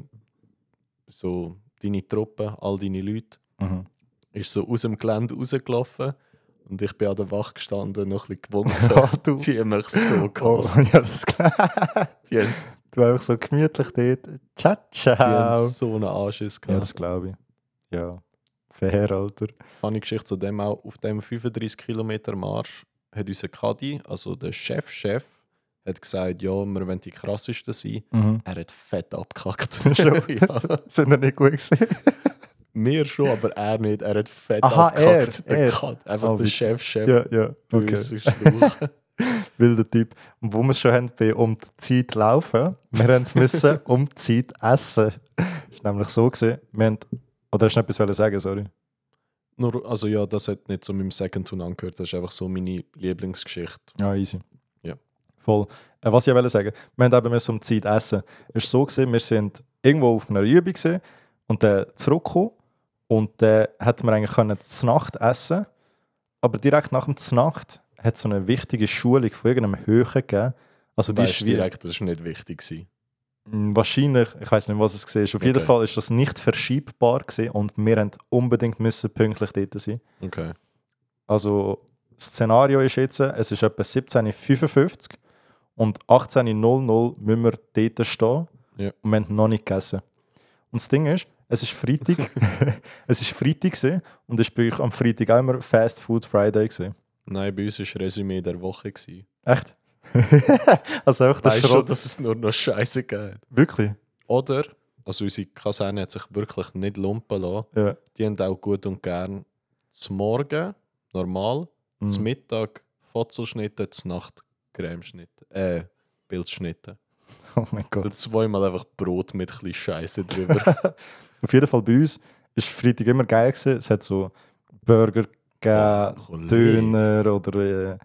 so deine Truppe, all deine Leute, Mhm. ist so aus dem Gelände rausgelaufen Und ich bin an der Wache gestanden, noch ein bisschen gewunken. Ja, du. Die haben mich so Oh, gehasst. ja, das Die haben, du einfach so gemütlich dort. Ciao, die haben ciao. so einen Anschiss Ja, gehabt. das glaube ich. Ja, fair, Alter. Funny Geschichte zu dem auch. Auf dem fünfunddreißig Kilometer Marsch hat unser Kadi, also der Chef-Chef, hat gesagt, ja, wir wollen die krassesten sein. Mhm. Er hat fett abgekackt. Schon? Ja. Sind wir nicht gut gesehen? Wir schon, aber er nicht. Er hat fett Aha, abgekackt. er, Der er. Kat, einfach Oh, der witzig. Chef-Chef. Ja, ja, okay. Böse Schluch. Wilder Typ. Und wo wir es schon haben, bei um die Zeit laufen, wir haben müssen um die Zeit essen. Das war nämlich so gewesen, wir haben, oder hast du noch etwas sagen, sorry? Nur, also ja, das hat nicht so mit dem Second Tune angehört. Das ist einfach so meine Lieblingsgeschichte. Ja, easy. Ja. Voll. Äh, was ich wollte sagen, wir haben eben müssen um die Zeit essen. Es war so gewesen, wir sind irgendwo auf einer Übung gewesen und dann zurückgekommen und dann hätten wir eigentlich können zur Nacht essen, aber direkt nach dem Znacht hat es so eine wichtige Schulung von irgendeinem Höhen gegeben. Also die Weißt ist du wie, direkt, das war nicht wichtig gewesen. mh, wahrscheinlich, ich weiß nicht, was es war. Auf Okay. jeden Fall ist das nicht verschiebbar gewesen und wir haben unbedingt müssen pünktlich dort sein. Okay. Also das Szenario ist jetzt, es ist etwa siebzehn Uhr fünfundfünfzig und achtzehn Uhr null null müssen wir dort stehen Ja. und wir haben noch nicht gegessen. Und das Ding ist, es ist Freitag, es ist Freitag gewesen, und es war bei euch am Freitag auch immer Fast Food Friday gewesen. Nein, bei uns war Resümee der Woche. Gewesen. Echt? Also einfach das Weißt du, Schrott. dass es nur noch Scheiße gibt? Wirklich? Oder, also unsere Kaserne hat sich wirklich nicht lumpen lassen. Ja. Die haben auch gut und gern zum Morgen normal, Mhm. zum Mittag Fotzelschnitte, zur Nacht Cremeschnitte. Äh, Pilzschnitte. Oh mein Gott. Oder zweimal einfach Brot mit ein bisschen Scheiße drüber. Auf jeden Fall bei uns war Freitag immer geil gewesen. Es hat so Burger gegeben, Oh, Kollege. Döner oder äh,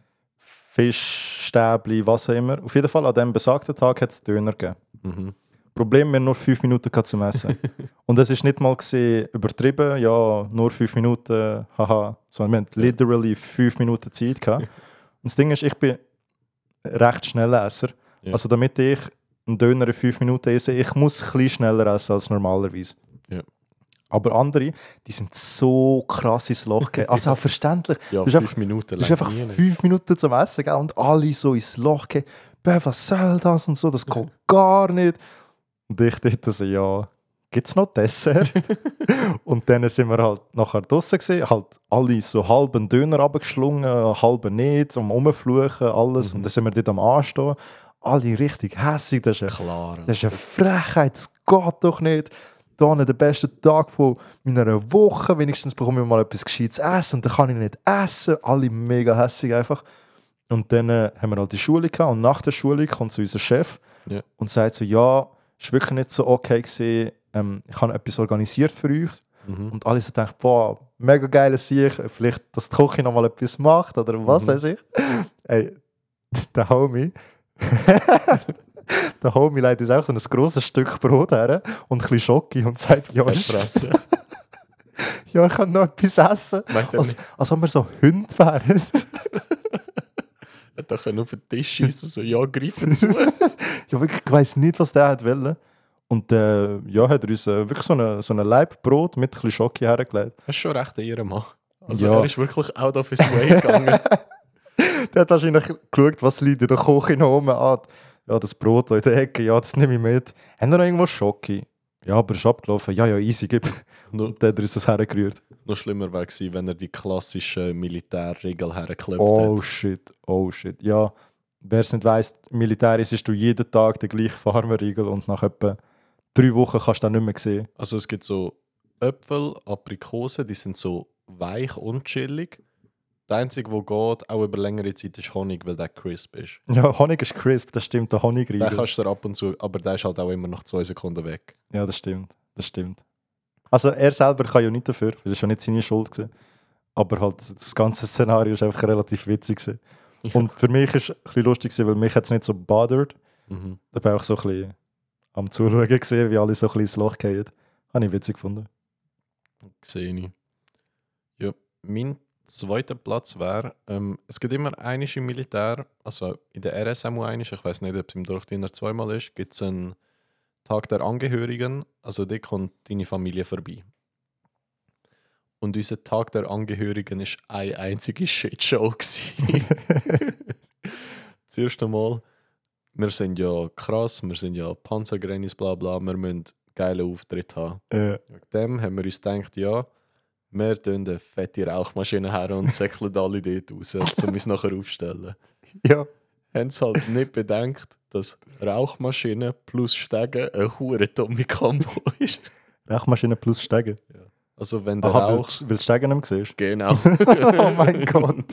Fischstäbli, was auch immer. Auf jeden Fall an diesem besagten Tag hat es Döner gegeben. Mhm. Problem, wir haben nur fünf Minuten gehabt zum Essen. Und es ist nicht mal gewesen, übertrieben, ja, nur fünf Minuten, haha. Sondern wir hatten literally fünf Minuten Zeit gehabt. Und das Ding ist, ich bin recht schneller Esser. Ja. Also damit ich einen Döner in fünf Minuten esse, ich muss ein bisschen schneller essen als normalerweise. Ja. Aber andere, die sind so krass ins Loch gegangen. Also auch verständlich. Ja, du hast fünf einfach, Minuten du hast lang einfach nie nicht. fünf Minuten zum Essen gell? Und alle so ins Loch gehen. Was soll das und so, das geht gar nicht. Und ich dachte so, ja, gibt es noch Dessert? Und dann sind wir halt nachher draussen gesehen, halt alle so halben Döner runtergeschlungen, halben nicht, am Rumfluchen, alles. Mhm. Und dann sind wir dort am Anstehen. Alle richtig hässig, das ist eine, Klar. das ist eine Frechheit, das geht doch nicht. Da der beste Tag von meiner Woche, wenigstens bekomme ich mal etwas Gescheites zu essen und dann kann ich nicht essen. Alle mega hässig einfach. Und dann äh, haben wir halt die Schule gehabt und nach der Schule kommt so unser Chef Ja. und sagt so, ja, es war wirklich nicht so okay gewesen, ähm, ich habe etwas organisiert für euch. Mhm. Und alle so denken, boah, mega geiles Sieg, vielleicht, dass die Küche noch mal etwas macht oder was Mhm. weiß ich. Ey, der Homie, der Homie legt uns auch so ein grosses Stück Brot her und ein bisschen Schoki und sagt, ja, Fresse. ja, ich kann noch etwas essen. Meint er Als, als ob wir so Hunde wären. Da können auf den Tisch schießen, so, ja, greifen zu. Ja, wirklich, ich weiss nicht, was der hat wollen. Und äh, ja, hat er uns äh, wirklich so eine, so eine Laibbrot mit ein bisschen Schoki hergelegt. Das ist schon recht ein Ehrenmann. Also Ja. er ist wirklich out of his way gegangen. Der hat wahrscheinlich geschaut, was liegt in der Küche noch oben an. Ja, das Brot da in der Ecke, ja, das nehme ich mit. Haben wir noch irgendwo Schoki? Ja, aber er ist abgelaufen. Ja, ja, easy, gib. Nur, Und dann hat er uns das hergerührt. noch schlimmer wäre gewesen, wenn er die klassische Militärregel hergeklopft Oh hat. shit, oh shit. Ja, wer es nicht weiss, Militär ist du jeden Tag den gleichen Farmerriegel und nach etwa drei Wochen kannst du den nicht mehr sehen. Also es gibt so Äpfel, Aprikosen, die sind so weich und chillig. Der einzige, der geht, auch über längere Zeit, ist Honig, weil der crisp ist. Ja, Honig ist crisp, das stimmt, der Honigriegel. Den kannst du dir ab und zu, aber der ist halt auch immer nach zwei Sekunden weg. Ja, das stimmt, das stimmt. Also er selber kann ja nicht dafür, weil das war ja nicht seine Schuld gewesen. Aber halt das ganze Szenario ist einfach relativ witzig gewesen. Ja. Und für mich war es ein bisschen lustig, gewesen, weil mich hat es nicht so bothered. Mhm. Da war ich auch so ein bisschen am Zuschauen gesehen, wie alle so ein bisschen ins Loch gehen. Habe ich witzig gefunden. Sehe ich. Ja, mein zweiter Platz wäre, ähm, es gibt immer einiges im Militär, also in der R S M U einiges, ich weiß nicht, ob es im Durchdiener zweimal ist, gibt es einen Tag der Angehörigen, also da kommt deine Familie vorbei. Und unser Tag der Angehörigen war eine einzige Shitshow. Das erste Mal, wir sind ja krass, wir sind ja Panzergrennis, bla bla, wir müssen geile Auftritt haben. Ja. Wegen dem haben wir uns gedacht, ja, wir tun eine fette Rauchmaschine her und säckeln alle dort raus, um uns nachher aufzustellen. Ja. Haben sie halt nicht bedenkt, dass Rauchmaschine plus Stegen ein hure dumme Kombo ist. Rauchmaschine plus Steigen. Also wenn der Aha, weil, Rauch... du- weil du Steigen nicht mehr siehst. Genau. Oh mein Gott.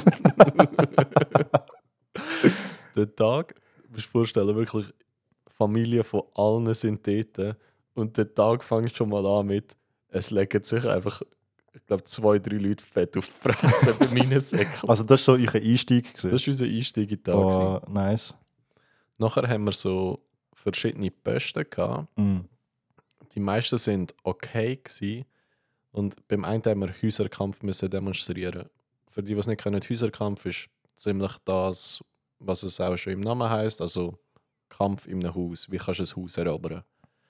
Der Tag, du musst dir vorstellen, wirklich Familie von allen sind dort. Und der Tag fängt schon mal an mit, es legen sich einfach, ich glaube, zwei, drei Leute fett auf die Fresse bei meinen Säcken. Also das war so euer Einstieg. Das war unser Einstieg in den Tag. Oh, nice. Nachher haben wir so verschiedene Posten gehabt. Mm. Die meisten sind okay gewesen. Und beim einen haben wir Häuserkampf müssen demonstrieren. Für die, die es nicht kennen, Häuserkampf ist ziemlich das, was es auch schon im Namen heisst. Also Kampf in einem Haus. Wie kannst du ein Haus erobern?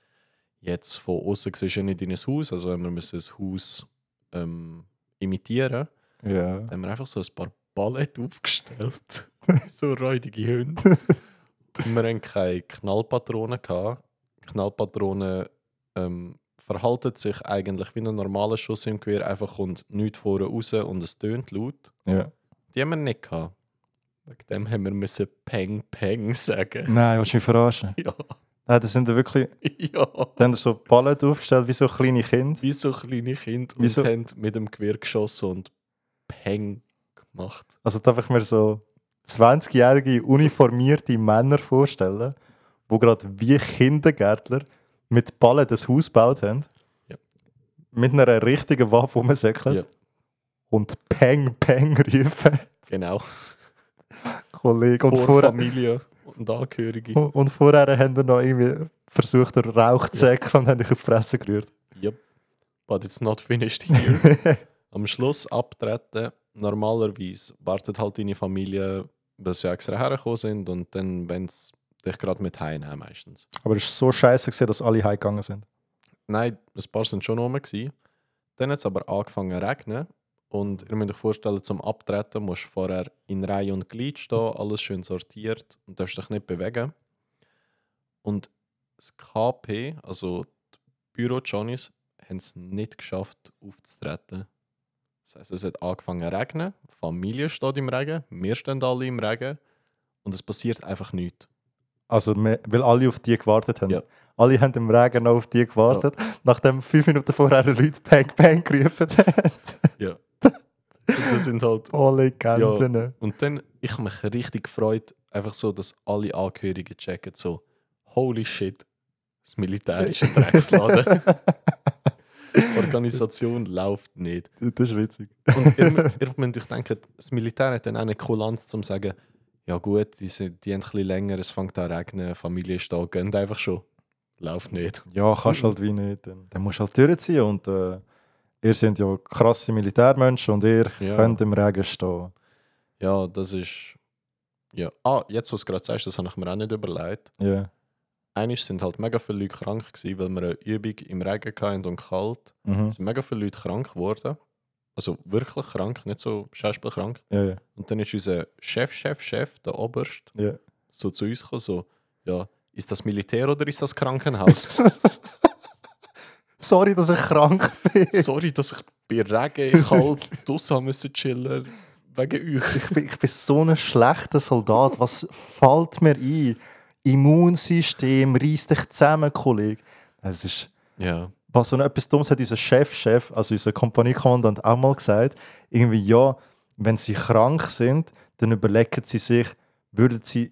Jetzt von außen siehst du ja nicht in ein Haus, also wenn wir müssen ein Haus ähm, imitieren, Ja. dann haben wir einfach so ein paar Ballett aufgestellt. So räudige Hunde. Und wir hatten keine Knallpatronen gehabt. Knallpatronen ähm, verhalten sich eigentlich wie ein normaler Schuss im Gewehr, einfach kommt nichts vorne raus und es tönt laut. Ja. Die haben wir nicht gehabt. Wegen dem haben wir müssen Peng Peng sagen. Nein, willst du mich verarschen? Ja, Nein, das sind ja wirklich... ja. Dann haben so Pallet aufgestellt, wie so kleine Kinder. Wie so kleine Kinder und Wieso? haben mit dem Gewehr geschossen und Peng gemacht. Also darf ich mir so zwanzigjährige uniformierte Männer vorstellen, die gerade wie Kindergärtler mit Ballen das Haus gebaut haben. Ja. Mit einer richtigen Waffe rumsäckeln. Ja. Und Peng, Peng rufen. Genau. Kollege. Und, Vor vorher, Familie und Angehörige. und vorher haben wir noch irgendwie versucht, den Rauch zu säckeln und haben dich auf die Fresse gerührt. Yep. But it's not finished here. Am Schluss abtreten. Normalerweise wartet halt deine Familie, weil sie extra hergekommen sind und dann, wenn sie dich gerade mit heimnehmen meistens. Aber es war so scheiße, gewesen, dass alle heimgegangen sind. Nein, ein paar sind schon rum gewesen. Dann hat es aber angefangen zu regnen. Und ihr müsst euch vorstellen, zum Abtreten musst du vorher in Reihe und Glied stehen, alles schön sortiert und darfst dich nicht bewegen. Und das K P, also die Büro-Johnnies, haben es nicht geschafft, aufzutreten. Das heisst, es hat angefangen zu regnen, die Familie steht im Regen, wir stehen alle im Regen und es passiert einfach nichts. Also, wir- weil alle auf die gewartet haben. Ja. Alle haben im Regen noch auf die gewartet, nachdem fünf Minuten vorher Leute Peng Peng gerufen haben. Ja. Und das sind halt... Oh, Legenden. Und dann, ich habe mich richtig gefreut, einfach so, dass alle Angehörigen checken, so, holy shit, das Militär ist ein Drecksladen. Die Organisation läuft nicht. Das ist witzig. Und ihr, ihr müsst euch denken, das Militär hat dann auch eine Kulanz, um zu sagen, ja gut, die, sind, die haben ein bisschen länger, es fängt an zu regnen, Familie ist da, gönnt einfach schon. Läuft nicht. Ja, kannst halt wie nicht. Dann, dann musst du halt durchziehen. Und äh, ihr seid ja krasse Militärmenschen und ihr Ja. könnt im Regen stehen. Ja, das ist... Ja. Ah, jetzt, was du gerade sagst, das habe ich mir auch nicht überlegt. Ja. Einmal sind halt mega viele Leute krank gewesen, weil wir eine Übung im Regen hatten und kalt. Mhm. Es sind mega viele Leute krank geworden. Also wirklich krank, nicht so schauspielkrank. Ja, ja. Und dann ist unser Chef, Chef, Chef, der Oberst, Ja. so zu uns gekommen, so, ja, ist das Militär oder ist das Krankenhaus? Sorry, dass ich krank bin. Sorry, dass ich bei Regen kalt draussen musste chillen wegen euch. Ich bin, ich bin so ein schlechter Soldat. Was fällt mir ein? Immunsystem reißt dich zusammen, Kollege. Es ist... Ja, Was so etwas Dummes hat unser Chef-Chef, also unser Kompaniekommandant, auch mal gesagt. Irgendwie, ja, wenn sie krank sind, dann überlegen sie sich, würden sie...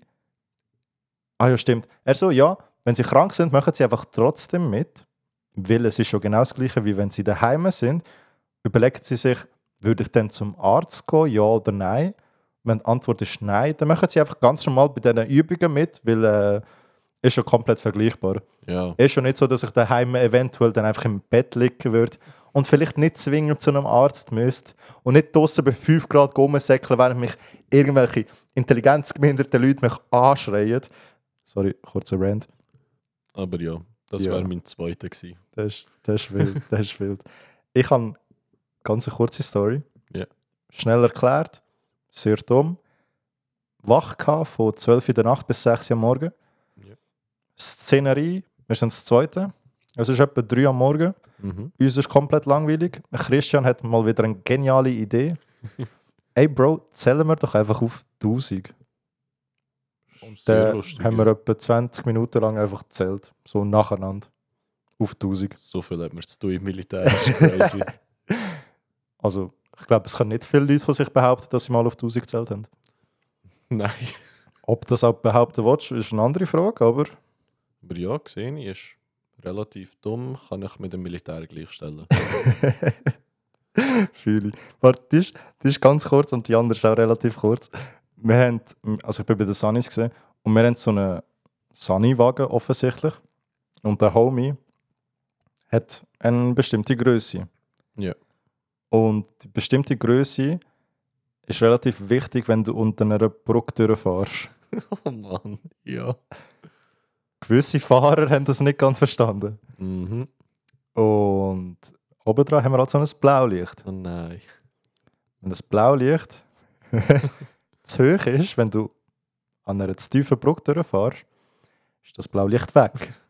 Ah ja, stimmt. Er so, ja, wenn sie krank sind, machen sie einfach trotzdem mit. Weil es ist schon genau das Gleiche, wie wenn sie daheim sind. Überlegen sie sich, würde ich dann zum Arzt gehen, ja oder nein? Wenn die Antwort ist nein, dann machen sie einfach ganz normal bei diesen Übungen mit, weil äh, ist schon komplett vergleichbar. ja. Es ist schon nicht so, dass ich daheim eventuell dann einfach im Bett liegen würde und vielleicht nicht zwingend zu einem Arzt müsste und nicht draussen bei fünf Grad rumsäckeln, während mich irgendwelche intelligenzgeminderten Leute mich anschreien. Sorry, kurzer Rant. Aber ja, das Ja. wäre mein zweiter gewesen. Das ist, das ist wild, das ist wild. Ich habe ganz eine kurze Story. Ja. Schnell erklärt, sehr dumm. Wach gehabt, von zwölf in der Nacht bis sechs Uhr am Morgen. Ja. Szenerie, wir sind das Zweite. Es ist etwa drei am Morgen. Mhm. Uns ist komplett langweilig. Christian hat mal wieder eine geniale Idee. Ey Bro, zählen wir doch einfach auf tausend. Sehr Dann lustig. haben wir ja. etwa zwanzig Minuten lang einfach gezählt. So nacheinander. Auf tausend. So viel hat man zu tun im Militär, das ist crazy. Also, ich glaube, es können nicht viele Leute von sich behaupten, dass sie mal auf tausend gezählt haben. Nein. Ob das auch behaupten willst, ist eine andere Frage, aber Aber ja, gesehen, ist relativ dumm, kann ich mit dem Militär gleichstellen. fühle ich. Warte, die ist, die ist ganz kurz und die andere ist auch relativ kurz. Wir haben, also ich bin bei den Sunnies gesehen und wir haben so einen Sunny-Wagen offensichtlich und der Homie hat eine bestimmte Größe. Ja. Und die bestimmte Größe ist relativ wichtig, wenn du unter einer Brücke durchfährst. Oh Mann, ja. Gewisse Fahrer haben das nicht ganz verstanden. Mhm. Und obendran haben wir halt so ein Blaulicht. Oh nein. Wenn das Blaulicht zu hoch ist, wenn du an einer zu tiefen Brücke durchfährst, ist das Blaulicht weg.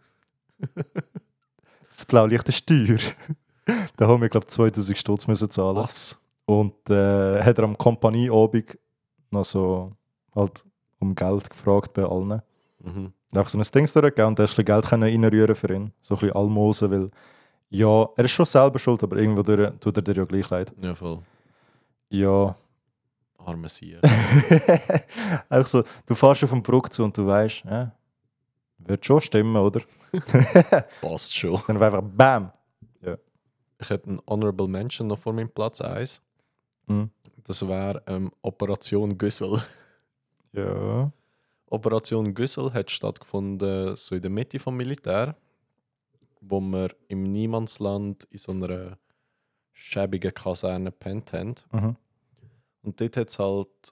Das Blaulicht ist teuer. Da haben wir, glaube ich, zweitausend Stutz müssen zahlen. Was? Und äh, hat er am Kompanieabend noch so halt um Geld gefragt bei allen. Mhm. Einfach so ein Ding durchgegeben und er konnte ein bisschen Geld reinrühren für ihn. So ein bisschen Almosen, weil ja, er ist schon selber schuld, aber irgendwo durch, tut er dir ja gleich leid. Ja, voll. Ja. Arme Sieg. Einfach so, du fährst auf den Brücke zu und du weißt, ja, wird schon stimmen, oder? Passt schon. Dann war einfach BAM! Ich hätte einen Honorable Mention noch vor meinem Platz eins. Mhm. Das wäre ähm, Operation Güssel. Ja. Operation Güssel hat stattgefunden so in der Mitte vom Militär, wo wir im Niemandsland in so einer schäbigen Kaserne gepennt haben. Mhm. Und dort hat es halt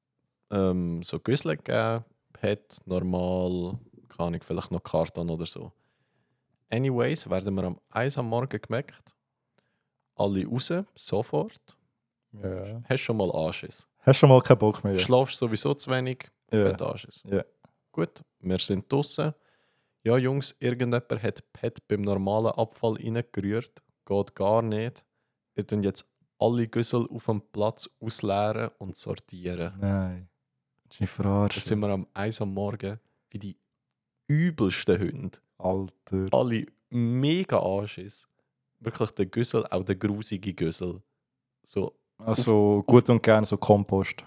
ähm, so Güssel gegeben, Pet, normal, keine Ahnung, vielleicht noch Karton oder so. Anyways, werden wir am eins am Morgen gemerkt. Alle raus, sofort. Ja. Hast schon mal Anschiss. Hast schon mal keinen Bock mehr? Schlafst sowieso zu wenig, Ja. fett Anschiss. Ja. Gut, wir sind draußen. Ja, Jungs, irgendjemand hat Pet beim normalen Abfall reingerührt. Geht gar nicht. Wir tun jetzt alle Güssel auf dem Platz ausleeren und sortieren. Nein. Das ist nicht Da verarschen. sind wir am eins am Morgen wie die übelsten Hunde. Alter. Alle mega Anschiss. Wirklich der Güssel, auch der grusige Güssel. So, Also gut und gern so Kompost.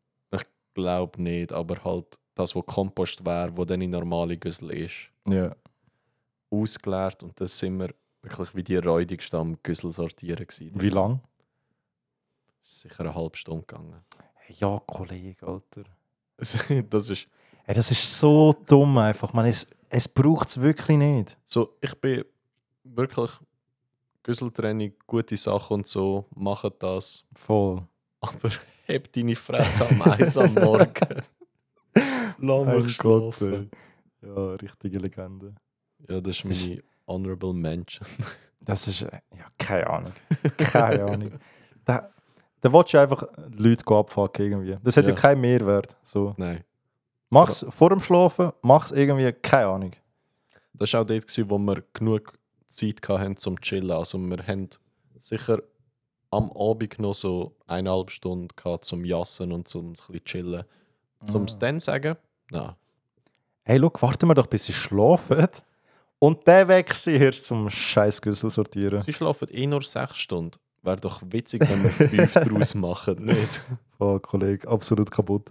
glaub nicht, aber halt das, was Kompost wäre, wo dann in normale Güssel ist. Ja. Ausgeleert und dann sind wir wirklich wie die räudigsten am Güssel sortieren gewesen. Wie lang? Es ist sicher eine halbe Stunde gegangen. Ja, Kollege, Alter. Das ist Hey, das ist so dumm einfach. Man, es es braucht es wirklich nicht. so, ich bin wirklich Güsseltraining, gute Sache und so, macht das. Voll. Aber heb deine Fresse am Eis am Morgen. Lass Mein mich Gott, schlafen. ey. Ja, richtige Legende. Ja, das ist Das ist- meine Honorable Mention. Das ist, äh, ja, keine Ahnung. Keine Ahnung. Da, da willst du einfach die Leute go abfucken irgendwie. Das hat ja, Ja. keinen Mehrwert. So. Nein. Mach's vor dem Schlafen, mach's irgendwie, keine Ahnung. Das war auch dort, gewesen, wo wir genug Zeit hatten zum Chillen. Also wir haben sicher am Abend noch so eineinhalb Stunden gehabt zum Jassen und zum ein bisschen chillen. Zum es dann sagen, nein. Hey, schau, warten wir doch, bis sie schlafen. Und der weg sie erst zum scheiß Güssel sortieren. Sie schlafen eh nur sechs Stunden. Wäre doch witzig, wenn wir fünf draus machen, nicht? Oh, Kollege, absolut kaputt.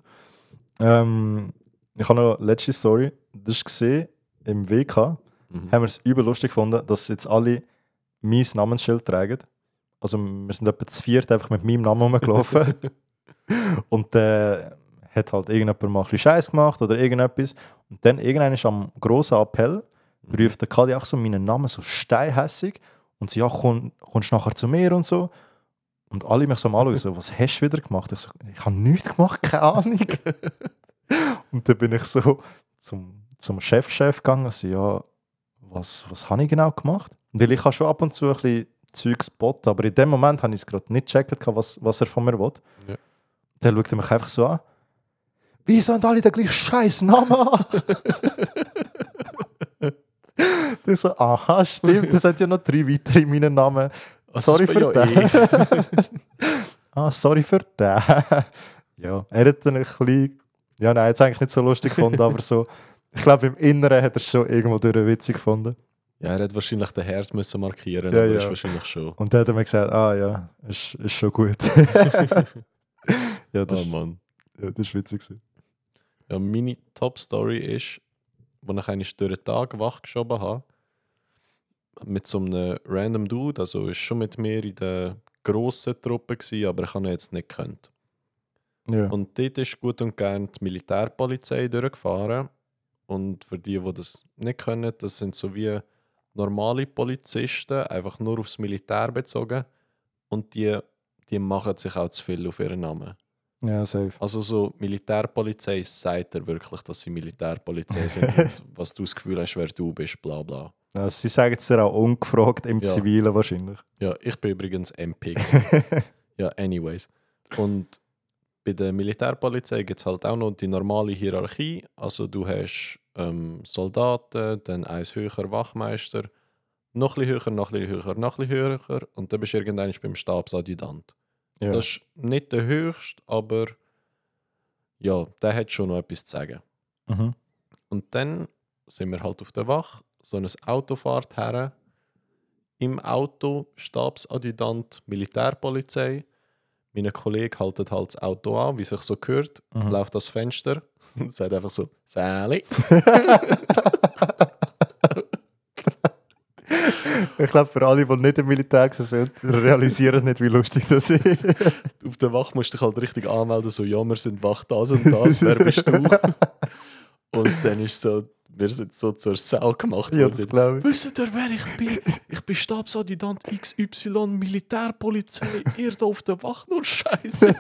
Ähm, ich habe noch eine letzte Story. Das war gesehen, im W K. Mhm. Haben wir es übel lustig gefunden, dass jetzt alle mein Namensschild tragen. Also wir sind etwa zu viert einfach mit meinem Namen rumgelaufen. Und dann äh, hat halt irgendjemand mal ein bisschen Scheiß gemacht oder irgendetwas. Und dann irgendwann ist am grossen Appell, ruft der Kadi auch so meinen Namen so steinhässig und sie ja, komm, kommst du nachher zu mir und so. Und alle mich so mal anschauen, so, was hast du wieder gemacht? Ich so, ich habe nichts gemacht, keine Ahnung. Und dann bin ich so zum, zum Chefchef gegangen, so, ja, was, was habe ich genau gemacht? Weil ich habe schon ab und zu ein bisschen Zeugs geboten, aber in dem Moment habe ich es gerade nicht gecheckt, was, was er von mir will. Ja. Dann schaut er mich einfach so an. Wieso haben alle den gleichen scheiß Namen an? Ich so, aha, stimmt, es hat ja noch drei weitere in meinen Namen. Also Sorry das für bin ja den. ah, sorry für den. ja, er hat dann ein bisschen... Ja, nein, jetzt eigentlich nicht so lustig gefunden, aber so... Ich glaube, im Inneren hat er es schon irgendwo durch witzig gefunden. Ja, er hat wahrscheinlich den Herz müssen markieren, Ja, aber ja. ist wahrscheinlich schon. Und dann hat er mir gesagt, ah ja, ist, ist schon gut. ja, das, Oh Mann. ja, das ist witzig gewesen. Ja, meine Top-Story ist, als ich eigentlich durch den Tag wach geschoben habe, mit so einem random Dude, also ist schon mit mir in der grossen Truppe gewesen, aber ich habe ihn jetzt nicht gekannt. Ja. Und dort ist gut und gern die Militärpolizei durchgefahren. Und für die, die das nicht können, das sind so wie normale Polizisten, einfach nur aufs Militär bezogen. Und die, die machen sich auch zu viel auf ihren Namen. ja, safe. Also so Militärpolizei sagt er wirklich, dass sie Militärpolizei sind und was du das Gefühl hast, wer du bist, bla bla. Also, sie sagen es dir auch ungefragt, im Ja. Zivilen wahrscheinlich. Ja, ich bin übrigens M P gewesen. Ja, anyways. Und bei der Militärpolizei gibt es halt auch noch die normale Hierarchie. Also du hast ähm, Soldaten, dann eins höher Wachmeister, noch ein bisschen höher, noch ein bisschen höher, noch ein bisschen höher und dann bist du irgendwann beim Stabsadjutant. Ja. Das ist nicht der höchste, aber ja, der hat schon noch etwas zu sagen. Mhm. Und dann sind wir halt auf der Wache, so ein Auto fährt her. Im Auto Stabsadjutant, Militärpolizei. Mein Kollege hält halt das Auto an, wie sich so gehört, Mhm. läuft das Fenster und sagt einfach so, Sally. Ich glaube, für alle, die nicht im Militär sind, realisieren nicht, wie lustig das ist. Auf der Wache musst du dich halt richtig anmelden, so, ja, wir sind Wach das und das, wer bist du? Und dann ist so, wir sind so zur Sau gemacht ja, worden. das glaube ich. Wisst ihr, wer ich bin? Ich bin Stabsadjutant X Y, Militärpolizei, ihr da auf der Wache, nur Scheiße.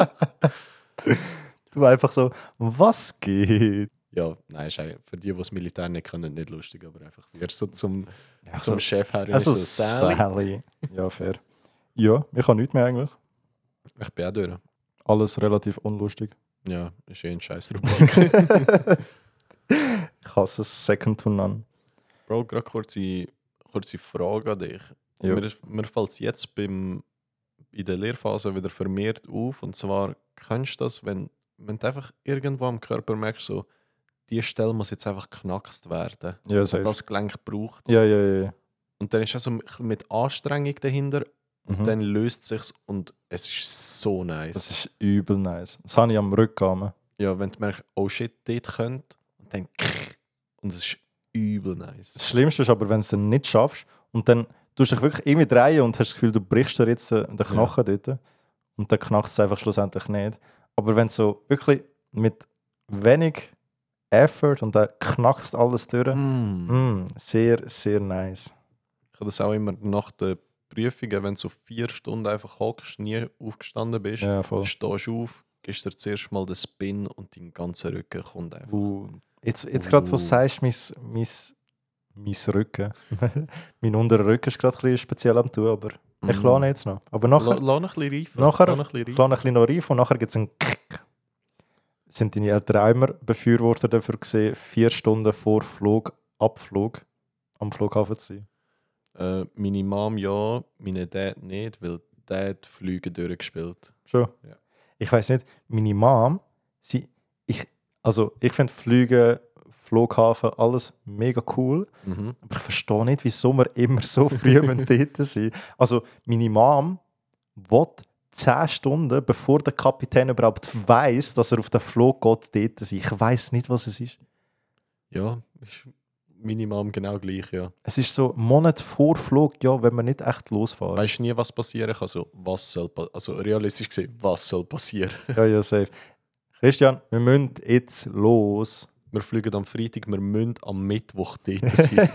Du einfach so, was geht? Ja, nein, ist eigentlich für die, die das Militär nicht können, nicht lustig, aber einfach wie er so zum, Ja, zum so- Chef her Also, ist so, Sally. Sally. Ja, fair. Ja, ich habe nichts mehr eigentlich. Ich bin auch durch. Alles relativ unlustig. Ja, ist eh ein scheiß Rubrik. Ich hasse es second to none. Bro, gerade kurze, kurze Frage an dich. Ja. Mir, mir fällt es jetzt beim, in der Lehrphase wieder vermehrt auf. Und zwar, kennst du das, wenn, wenn du einfach irgendwo am Körper merkst, so, die Stelle muss jetzt einfach geknackst werden. Ja, safe. Das Gelenk braucht Ja, ja, ja. ja. Und dann ist es so mit Anstrengung dahinter. Und Mhm. dann löst es sich und es ist so nice. Das ist übel nice. Das habe ich am Rückarm. Ja, wenn du merkst, oh shit, dort könnt und dann und es ist übel nice. Das Schlimmste ist aber, wenn du es dann nicht schaffst und dann tust du dich wirklich irgendwie drehen und hast das Gefühl, du brichst dir jetzt den den Knochen dort und dann knackst es einfach schlussendlich nicht. Aber wenn du so wirklich mit wenig Effort und dann knackst alles durch, Mm. mm, sehr, sehr nice. Ich habe das auch immer nach den Prüfungen, wenn du so vier Stunden einfach hockst, nie aufgestanden bist, Ja, voll. dann stehst du auf, gibst dir zuerst mal den Spin und dein ganzer Rücken kommt einfach. Uh, jetzt jetzt gerade, was du Uh. sagst, mein, mein, mein Rücken. mein unterer Rücken ist gerade ein bisschen speziell am tun, aber ich Mhm. lasse ihn jetzt noch. Aber nachher, La- Lass ihn ein bisschen reifen. nachher Lass ihn ein bisschen ich reifen. lasse ihn ein bisschen noch reif und nachher gibt es einen Kick. Sind deine Eltern auch immer Befürworter dafür gesehen, vier Stunden vor Flug, Abflug am Flughafen zu sein? Äh, meine Mom ja, meine Dad nicht, weil Dad Flüge durchgespielt. Schon? Ja. Ich weiß nicht, meine Mom, sie, ich, also ich finde Flüge, Flughafen, alles mega cool. Mhm. Aber ich verstehe nicht, wieso wir immer so früh dort sind. Also meine Mom will zehn Stunden, bevor der Kapitän überhaupt weiss, dass er auf den Flug geht, dort sein. Ich weiss nicht, was es ist. Ja, ist meine Mom genau gleich, ja. Es ist so Monate vor Flug, ja, wenn wir nicht echt losfahren. Weißt nie, was passieren kann. Also, was soll pa- also realistisch gesehen, was soll passieren? Ja, ja, safe. Christian, wir müssen jetzt los. Wir fliegen am Freitag, wir müssen am Mittwoch dort sein.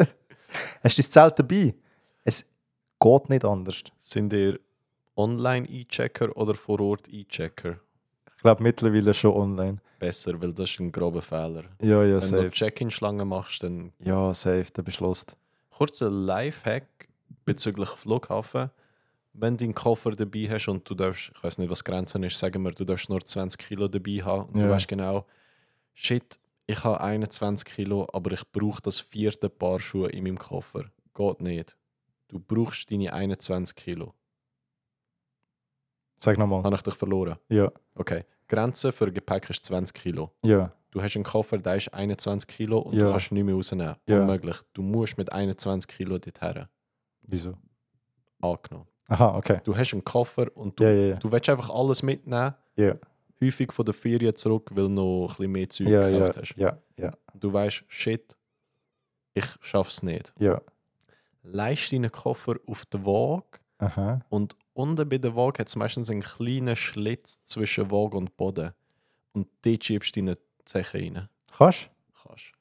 Hast du das Zelt dabei? Es geht nicht anders. Sind ihr Online-E-Checker oder vor-Ort-E-Checker? Ich glaube mittlerweile schon online. Besser, weil das ist ein grober Fehler. Ja, ja, Wenn du safe. Check-in-Schlange machst, dann... Ja, safe, der beschlossen. Kurzer Lifehack. bezüglich Flughafen, wenn du einen Koffer dabei hast und du darfst, ich weiß nicht, was die Grenze ist, sagen wir, du darfst nur zwanzig Kilo dabei haben und Ja. du weißt genau, shit, ich habe einundzwanzig Kilo, aber ich brauche das vierte Paar Schuhe in meinem Koffer. Geht nicht. Du brauchst deine einundzwanzig Kilo. Sag nochmal. Habe ich dich verloren? Ja, Okay. Grenze für Gepäck ist zwanzig Kilo. ja, Du hast einen Koffer, der ist einundzwanzig Kilo und Ja. du kannst nicht mehr rausnehmen. Ja. Unmöglich. Du musst mit einundzwanzig Kilo dorthin. wieso? Angenommen. Aha, okay. Du hast einen Koffer und du, Ja, ja, ja. du willst einfach alles mitnehmen. Ja, Häufig von der Ferien zurück, weil du noch ein bisschen mehr Zeug ja, ja, gekauft hast. ja, ja, Du weißt, shit, ich schaff's nicht. ja. Leist deinen Koffer auf die Waage Aha. und unten bei der Waage hat es meistens einen kleinen Schlitz zwischen Waage und Boden. Und dort schiebst du deine Zeche rein. Kannst Kannst.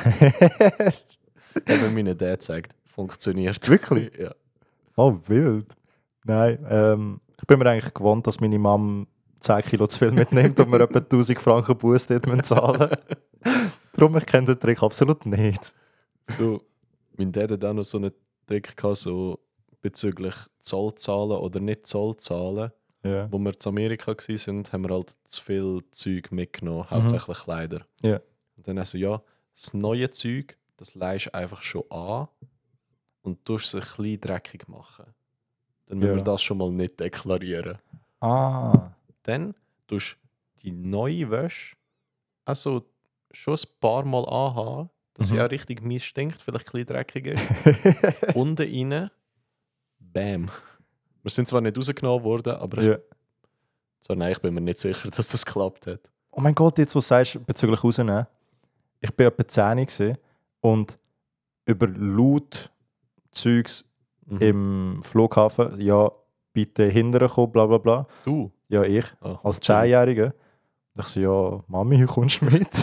du? Eben meine Dad sagt, funktioniert. Wirklich? Ja. Oh, wild. Nein, ähm, ich bin mir eigentlich gewohnt, dass meine Mom zehn Kilo zu viel mitnimmt und wir etwa tausend Franken Buß dort müssen zahlen. Darum, ich kenne den Trick absolut nicht. So, mein Dad hat auch noch so einen Trick gehabt, so bezüglich Zollzahlen oder nicht Zollzahlen. Ja. Wo wir in Amerika waren, haben wir halt zu viel Zeug mitgenommen, hauptsächlich Kleider. Ja. Und dann also ja, das neue Zeug, das leihst du einfach schon an und tust es ein bisschen dreckig machen. Dann müssen Ja. wir das schon mal nicht deklarieren. Ah. Dann tust du die neue Wäsche also schon ein paar Mal anhaben, dass sie Mhm. auch richtig mies stinkt, vielleicht ein bisschen dreckig ist. Unten rein, bam. Wir sind zwar nicht rausgenommen worden, aber Ja. ich, so, nein, ich bin mir nicht sicher, dass das geklappt hat. Oh mein Gott, jetzt, was du sagst bezüglich rausnehmen. Ich war etwa zehn gewesen und über laut Zeugs Mhm. im Flughafen, ja, bitte hinterher kommen, bla bla bla. Du? Ja, ich, Ah, als Entschuldigung. Zehnjähriger. Ich so, ja, Mami, kommst du mit?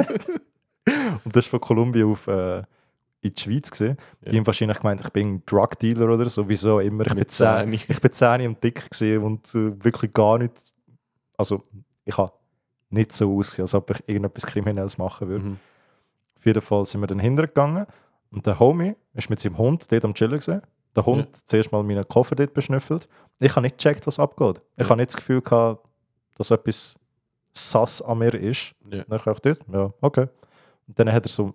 Und das war von Kolumbien auf äh, in die Schweiz. Gewesen. Ja. Die haben wahrscheinlich gemeint, ich bin ein Drug Dealer oder so, wieso immer. Ich bin Mit zehn, zehn. ich bin zehn und dick gewesen und äh, wirklich gar nicht. Also, ich habe nicht so ausgesehen, als ob ich irgendetwas Kriminelles machen würde. Mhm. Auf jeden Fall sind wir dann hintergegangen und der Homie ist mit seinem Hund dort am Chillen gewesen. Der Hund Ja. zuerst mal meinen Koffer dort beschnüffelt. Ich habe nicht gecheckt, was abgeht. Ich Ja. habe nicht das Gefühl gehabt, dass etwas sass an mir ist. Ja. Dann habe ich dort, ja, okay. Und dann hat er so,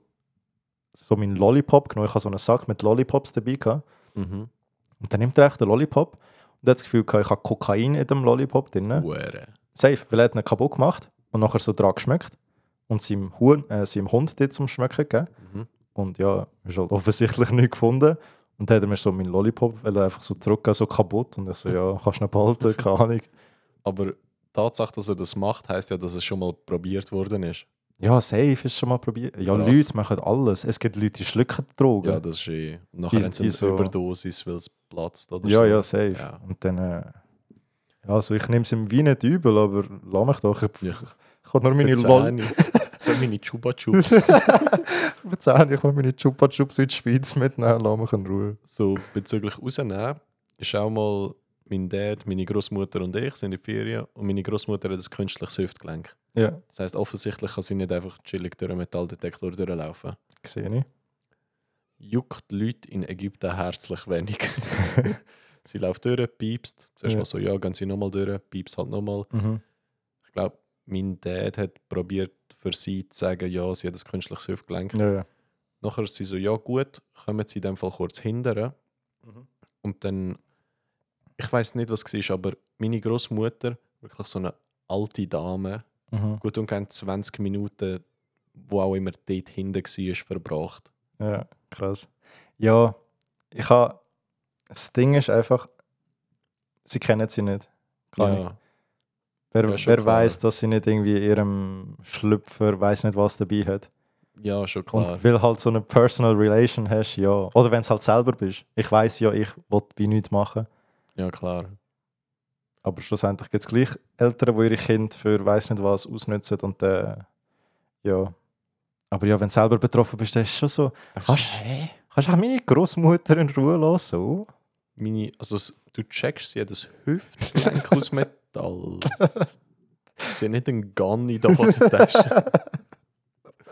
so meinen Lollipop genommen. Ich habe so einen Sack mit Lollipops dabei gehabt. Mhm. Und dann nimmt er echt den Lollipop und hat das Gefühl gehabt, ich habe Kokain in dem Lollipop drin. Hure. Safe, weil er hat ihn kaputt gemacht und nachher so dran geschmeckt und seinem, Huhn, äh, seinem Hund dort zum Schmecken gegeben. Mhm. Und ja, ist halt offensichtlich nichts gefunden. Und dann hat er mir so meinen Lollipop weil er einfach so zurückgegeben, so kaputt. Und ich so, ja, kannst du nicht behalten, keine Ahnung. Aber die Tatsache, dass er das macht, heisst ja, dass es schon mal probiert worden ist. Ja, safe, ist schon mal probiert. Ja, Krass. Leute machen alles. Es gibt Leute, die schlucken Drogen. Ja, das ist eh. Und nachher Die- haben sie die eine so- Überdosis, weil es platzt oder ja, so. ja, safe. Ja. Und dann, äh, ja, also ich nehme es ihm wie nicht übel, aber lass mich doch. Ich, Ja. ich kann nur meine Mit Lol. zehn. Ich habe meine Chupa Chups. Ich bin zehn, ich kann meine Chupa Chups in die Schweiz mitnehmen, lass mich in Ruhe. So, bezüglich rausnehmen, ist auch mal mein Dad, meine Großmutter und ich sind in die Ferien und meine Großmutter hat ein künstliches Hüftgelenk. Ja, Das heisst, offensichtlich kann sie nicht einfach chillig durch einen Metalldetektor durchlaufen. sehe ich. Juckt die Leute in Ägypten herzlich wenig. Sie läuft durch, piepst. Zuerst Ja. mal so, ja, gehen sie nochmal durch, piepst halt nochmal. Mhm. Ich glaube, mein Dad hat probiert für sie zu sagen, ja, sie hat ein künstliches Hüftgelenk. Ja, ja. Nachher ist sie so, ja gut, kommen sie in dem Fall kurz hindern. Mhm. Und dann, ich weiß nicht, was war, aber meine Großmutter, wirklich so eine alte Dame, Mhm. gut und gerne zwanzig Minuten, wo auch immer dort hinten war, verbracht. Ja, krass. Ja, ich habe. Das Ding ist einfach, sie kennen sie nicht. Kann ich. Ja, Wer, Ja, schon wer klar. weiß, dass sie nicht irgendwie in ihrem Schlüpfer weiß nicht, was dabei hat. ja, schon klar. Und weil halt so eine Personal Relation hast, ja. Oder wenn es halt selber bist. Ich weiß ja, ich will wie nichts machen. Ja, klar. Aber schlussendlich gibt es gleich Eltern, die ihre Kinder für weiß nicht was ausnutzen und äh, ja. Aber ja, wenn du selber betroffen bist, dann ist es schon so. Kannst, kannst du auch meine Großmutter in Ruhe lassen? So? Meine, also es- du checkst, sie hat ein Hüftgelenk aus Metall. Sie hat nicht einen Gun in der Hosentasche.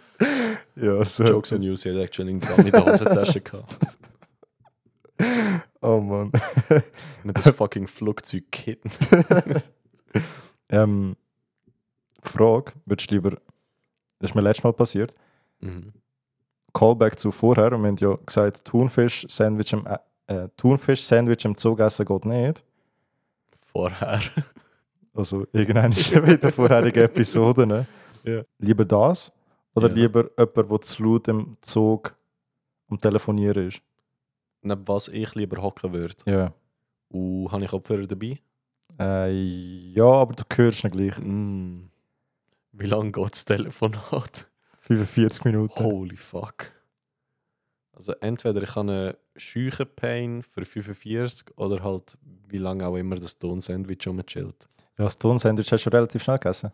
Ja, so. Jokes on you, sie hat actually einen Gun in der Hosentasche gehabt. Oh Mann. Mit das fucking Flugzeug kitten. ähm, Frage, würdest du lieber, das ist mir letztes Mal passiert, Mhm. Callback zu vorher, und wir haben ja gesagt, Thunfisch-Sandwich im, äh, Thunfisch-Sandwich im Zug essen geht nicht. Vorher. Also irgendeine in der vorherigen Episode. Ne? Ja. Lieber das oder Ja. lieber jemand, der zu laut im Zug am Telefonieren ist? Neben was ich lieber hocken würde. Ja. Und habe ich Kopfhörer dabei? Äh, ja, aber du hörst ihn gleich. Mm. Wie lange geht das Telefonat? fünfundvierzig Minuten. Holy fuck. Also entweder ich habe einen scheuchen Pain für fünfundvierzig oder halt wie lange auch immer das Ton-Sandwich rumchillt. Ja, das Thun-Sandwich hast du schon relativ schnell gegessen.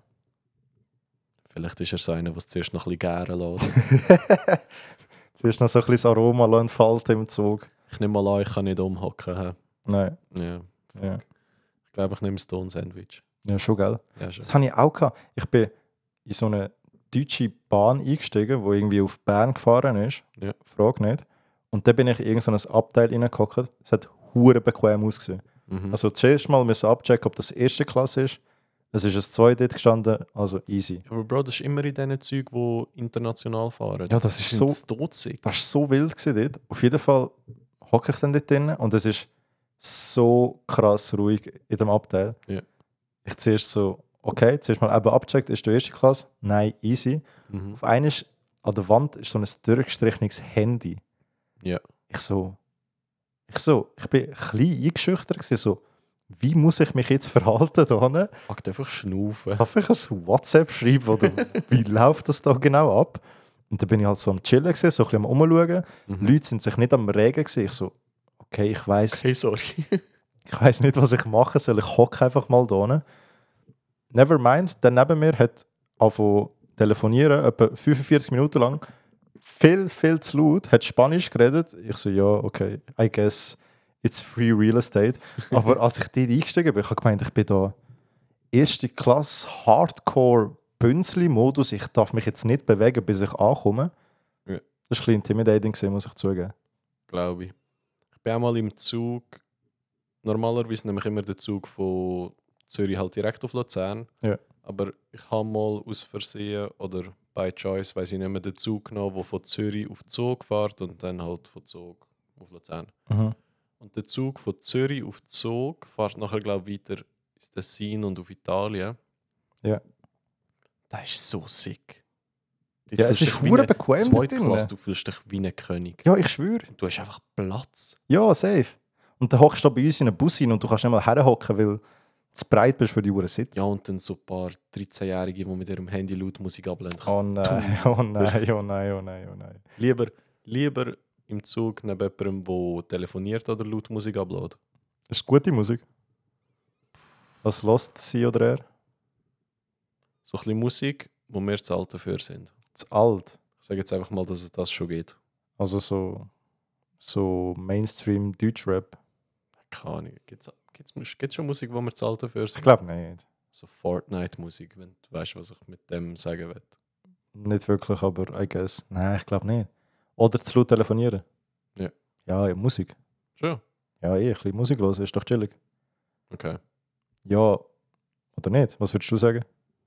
Vielleicht ist er so einer, der es zuerst noch ein bisschen gären lässt. Zuerst noch so ein bisschen das Aroma entfalten im Zug. Ich nehme mal an, ich kann nicht umhocken. hä? Nein. Ja. Ja. Ich glaube, ich nehme das Ton-Sandwich. Ja, schon, gell? Ja, schon. Das habe ich auch gehabt. Ich bin in so eine deutsche Bahn eingestiegen, die irgendwie auf Bern gefahren ist. Ja. Frag nicht. Und dann bin ich in irgendein so ein Abteil reingehockt. Es hat hure bequem ausgesehen. Mhm. Also zuerst mal müssen abchecken, ob das erste Klasse ist. Es ist ein zwei dort gestanden, also easy. Aber Bro, das ist immer in diesen Zügen, die international fahren. Ja, das ist Die so, sind todsig. das war so wild gewesen dort. Auf jeden Fall hocke ich dann dort drin und es ist so krass ruhig in dem Abteil. Ja. Ich zuerst so, okay, zuerst mal eben abgecheckt, ist du erste Klasse? Nein, easy. Mhm. Auf einmal an der Wand ist so ein durchgestrichenes Handy. Ja. Ich so, ich so, ich bin ein bisschen eingeschüchtert gewesen, so, wie muss ich mich jetzt verhalten da hinten? Fuck, einfach schnaufen. Darf ich ein WhatsApp schreiben oder wie läuft das da genau ab? Und dann bin ich halt so am Chillen gewesen, so ein bisschen am Umschauen. Mhm. Leute sind sich nicht am Regen gewesen. Ich so, okay, ich weiss, Okay, sorry. ich weiss nicht, was ich machen soll. Ich hocke einfach mal da hinten. Never mind, der neben mir hat angefangen telefonieren, etwa fünfundvierzig Minuten lang. Viel, viel zu laut, hat Spanisch geredet. Ich so, ja, okay, I guess it's free real estate. Aber als ich dort eingestiegen bin, ich habe gemeint, ich bin da erste Klasse Hardcore Bünzli-Modus. Ich darf mich jetzt nicht bewegen, bis ich ankomme. Ja. Das war ein bisschen intimidating, muss ich zugeben. Glaube ich. Ich bin auch mal im Zug. Normalerweise nehme ich immer den Zug von Zürich halt direkt auf Luzern. Ja. Aber ich habe mal aus Versehen oder by choice, weiß ich nicht mehr, den Zug genommen, der von Zürich auf Zug fährt und dann halt von Zug auf Luzern. Mhm. Und der Zug von Zürich auf Zug fährt nachher, glaube ich, weiter ins Tessin und auf Italien. Ja. Das ist so sick. Dort Ja, es fühlst ist du dich wie hure eine bequem dort Zweitklasse, drinnen. du fühlst dich wie ein König. Ja, ich schwöre. Und du hast einfach Platz. Ja, safe. Und dann hockst du da bei uns in einen Bus rein und du kannst nicht mal herhocken, weil du zu breit bist für die Uhren Sitz. Ja, und dann so ein paar dreizehnjährige, die mit ihrem Handy laut Musik abblenden. Oh nein, oh nein, oh nein, oh nein, oh nein. Lieber, lieber im Zug neben jemandem, der telefoniert oder laut Musik ablädt. Das ist gute Musik. Was lässt sie oder er? So ein bisschen Musik, wo wir zu alt dafür sind. Zu alt. Ich sage jetzt einfach mal, dass es das schon geht. Also so, so Mainstream Deutschrap. Keine Ahnung. Gibt es schon Musik, wo wir zu alt dafür Ich sind? glaube nicht. So Fortnite-Musik, wenn du weißt, was ich mit dem sagen will. Nicht wirklich, aber I guess. Nein, ich glaube nicht. Oder zu laut telefonieren. Ja. Ja, ja, Musik. Schon? Ja, eh, ein bisschen Musik hören, ist doch chillig. Okay. Ja, oder nicht? Was würdest du sagen?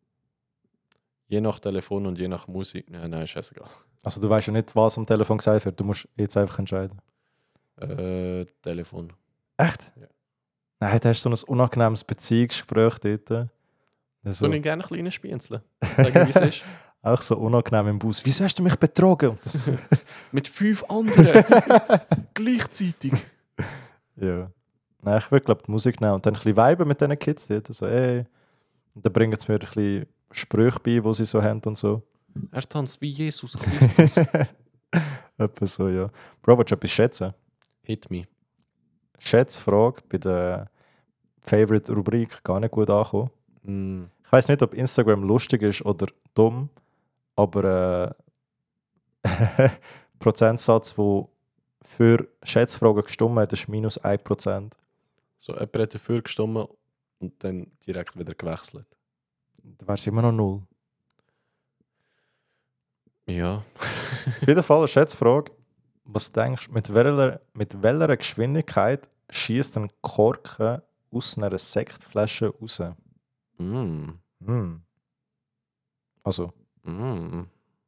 Je nach Telefon und je nach Musik. Nein, nein, scheißegal. Also du weißt ja nicht, was am Telefon gesagt wird. Du musst jetzt einfach entscheiden. Äh, Telefon. Echt? Ja. Nein, da hast du so ein unangenehmes Beziehungsgespräch dort. So. Also, Ich gerne ein kleines Spienzle. Sagen, wie es ist. auch so unangenehm im Bus. Wieso hast du mich betrogen? Und das, Mit fünf anderen. Gleichzeitig. ja. Nein, ich würde glaube die Musik nehmen und dann ein bisschen viben mit diesen Kids dort. So, ey. Und dann bringen sie mir ein bisschen Sprüche bei, die sie so haben und so. Er tanzt wie Jesus Christus. Etwa so, ja. Bro, willst du etwas schätzen? Hit me. Schätzfrage bei der Favorite-Rubrik gar nicht gut angekommen. Mm. Ich weiß nicht, ob Instagram lustig ist oder dumm, aber äh, Prozentsatz, der für Schätzfragen gestimmt hat, ist minus ein Prozent. So, jemand hat dafür gestimmt und dann direkt wieder gewechselt. Da wäre es immer noch null. Ja. Auf jeden Fall eine Schätzfrage, was denkst du, mit welcher, mit welcher Geschwindigkeit schießt ein Korken aus einer Sektflasche raus? Mm. Hm. Also, Mm.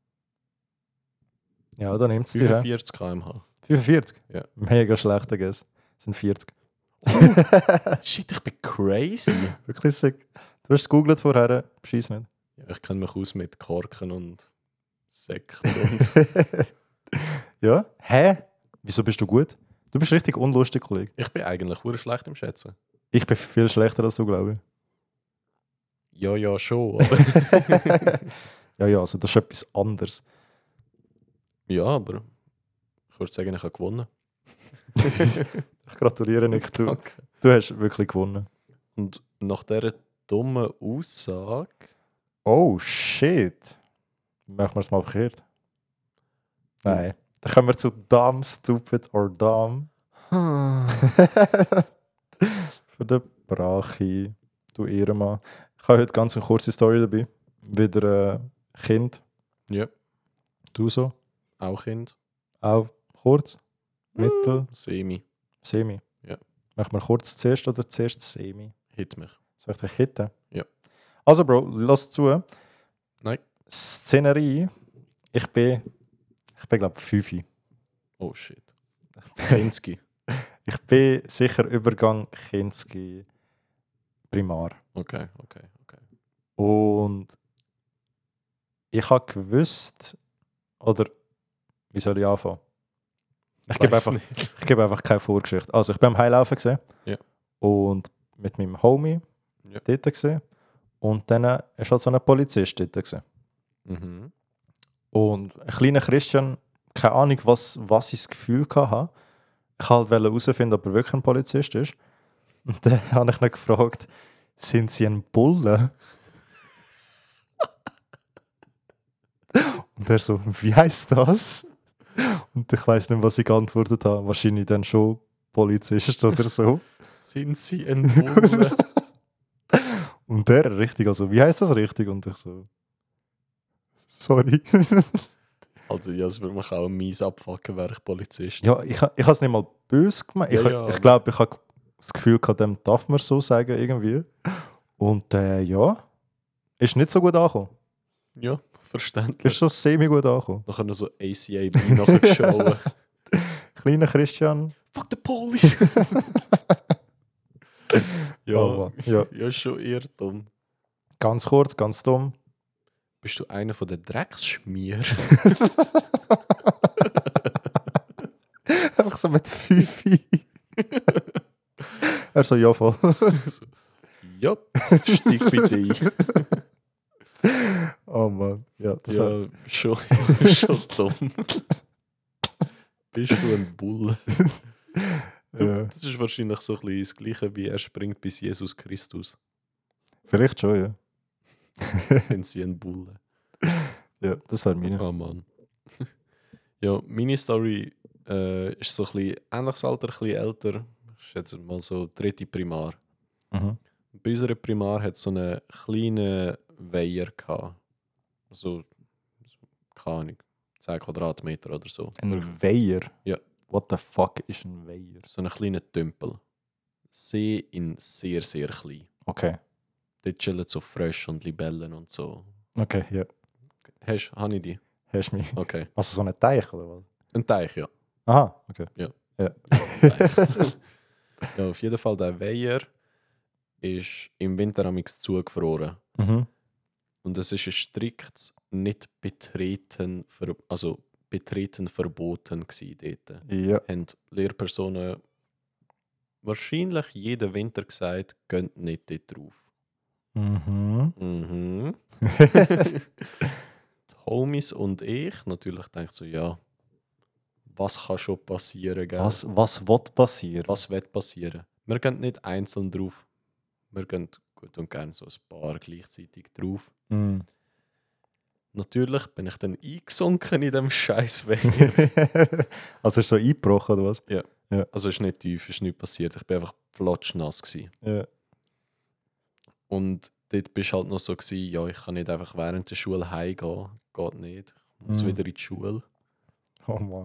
ja, da nimmst du dir. fünfundvierzig Kilometer pro Stunde. fünfundvierzig? Ja. Mega schlechter Guess. Das sind vierzig. Shit, ich bin crazy. Wirklich sick. Du hast es gegoogelt vorher, bescheiss nicht. Ja, ich kenne mich aus mit Korken und Sekt. Und Ja? Hä? Wieso bist du gut? Du bist richtig unlustig, Kollege. ich bin eigentlich sehr schlecht im Schätzen. Ich bin viel schlechter als du, glaube ich. Ja, ja, schon. Aber Ja, ja, also das ist etwas anderes. ja, aber ich würde sagen, ich habe gewonnen. Ich gratuliere, Nick. Du, Danke. du hast wirklich gewonnen. Und nach dieser dummen Aussage. Oh, shit. Machen wir es mal verkehrt? Nein. Dann kommen wir zu Dumb, Stupid or Dumb. Für den Brachi, du Ehrenmann. Ich habe heute ganz eine kurze Story dabei. Wieder ein Kind. Ja, Du so? auch Kind. Auch kurz? Mittel? Semi. Semi? Ja. Machen wir kurz zuerst oder zuerst Semi? Hit mich. Soll ich dich hitten? Ja. Also Bro, lass zu. Nein. Szenerie. Ich bin, ich bin glaube ich fünf. Oh shit. Kinski. Ich bin sicher Übergang Kinski Primar. Okay, okay, okay. Und ich habe gewusst, oder wie soll ich anfangen? Ich gebe Weiss einfach, nicht. ich gebe einfach keine Vorgeschichte. Also ich bin am Heilaufen gesehen Ja. und mit meinem Homie Ja. dort gesehen. Und dann ist halt so ein Polizist dort gesehen. Mhm. Und ein kleiner Christian, keine Ahnung, was, was ich das Gefühl hatte. Ich wollte halt herausfinden, ob er wirklich ein Polizist ist. Und dann habe ich ihn gefragt, sind Sie ein Bulle? Und er so, wie heißt das? Und ich weiß nicht, was ich geantwortet habe. Wahrscheinlich dann schon Polizist oder so. Sind Sie ein Bulle? Und der richtig, also, wie heißt das richtig? Und ich so, sorry. Also ja, es würde mich auch mies abfucken, wäre ich Polizist. Ja, ich, ha- ich habe es nicht mal böse gemeint. Ich, Ja, ha- ja, ich aber- glaube, ich habe das Gefühl gehabt, dem darf man so sagen irgendwie. Und äh, ja, ist nicht so gut angekommen. Ja, verständlich. Ist so semi gut angekommen. Nachher noch so A C A B nachgeschaut. Kleiner Christian. Fuck the police! ja, Oh Mann, ja. ja, schon eher dumm. Ganz kurz, ganz dumm. Bist du einer von den Drecksschmier? Einfach so mit Fifi. Er so, ja voll. so, ja, steig bitte ein. Oh Mann. Ja, das war... Ja, schon, schon dumm. Bist du ein Bulle? Du, Ja. Das ist wahrscheinlich so ein bisschen das Gleiche wie er springt bis Jesus Christus. Vielleicht schon, ja. Sind sie ein Bulle? Ja, das war meine. Oh Mann. Ja, meine Story äh, ist so ein bisschen ähnliches Alter, ein bisschen älter. Ich schätze mal so dritte Primar. Mhm. Bei unserer Primar hat es so einen kleinen Weiher gehabt. Also, keine Ahnung, zehn Quadratmeter oder so. Ein Weiher? Ja. What the fuck ist ein Weiher? So einen kleinen Tümpel. See in sehr, sehr klein. Okay. Dort chillen so Frösche und Libellen und so. Okay, ja. Hast du ich die? Hast du mich? Okay. Also so ein Teich oder was? Ein Teich, ja. Aha, okay. Ja. Ja. Ja, auf jeden Fall, der Weiher ist im Winter amix zugefroren. Mhm. Und es ist ein striktes nicht betreten, ver also betreten verboten gsi dort. Ja. Haben Lehrpersonen wahrscheinlich jeden Winter gesagt, geht nicht dort drauf. Mhm. Mhm. Die Homies und ich natürlich denken so, ja, was kann schon passieren, gell? Was, was wird passieren? Was wird passieren? Wir gehen nicht einzeln drauf. Wir gehen gut und gerne so ein paar gleichzeitig drauf. Mhm. Natürlich bin ich dann eingesunken in dem scheiß Weiher. Also ist so eingebrochen oder was? Also es ist nicht tief, es ist nicht passiert. Ich bin einfach flotschnass gsi. Ja. Und dort bist du halt noch so gsi, ja, ich kann nicht einfach während der Schule heimgehen. Geht nicht. Ich muss Mhm. wieder in die Schule. Oh Mann.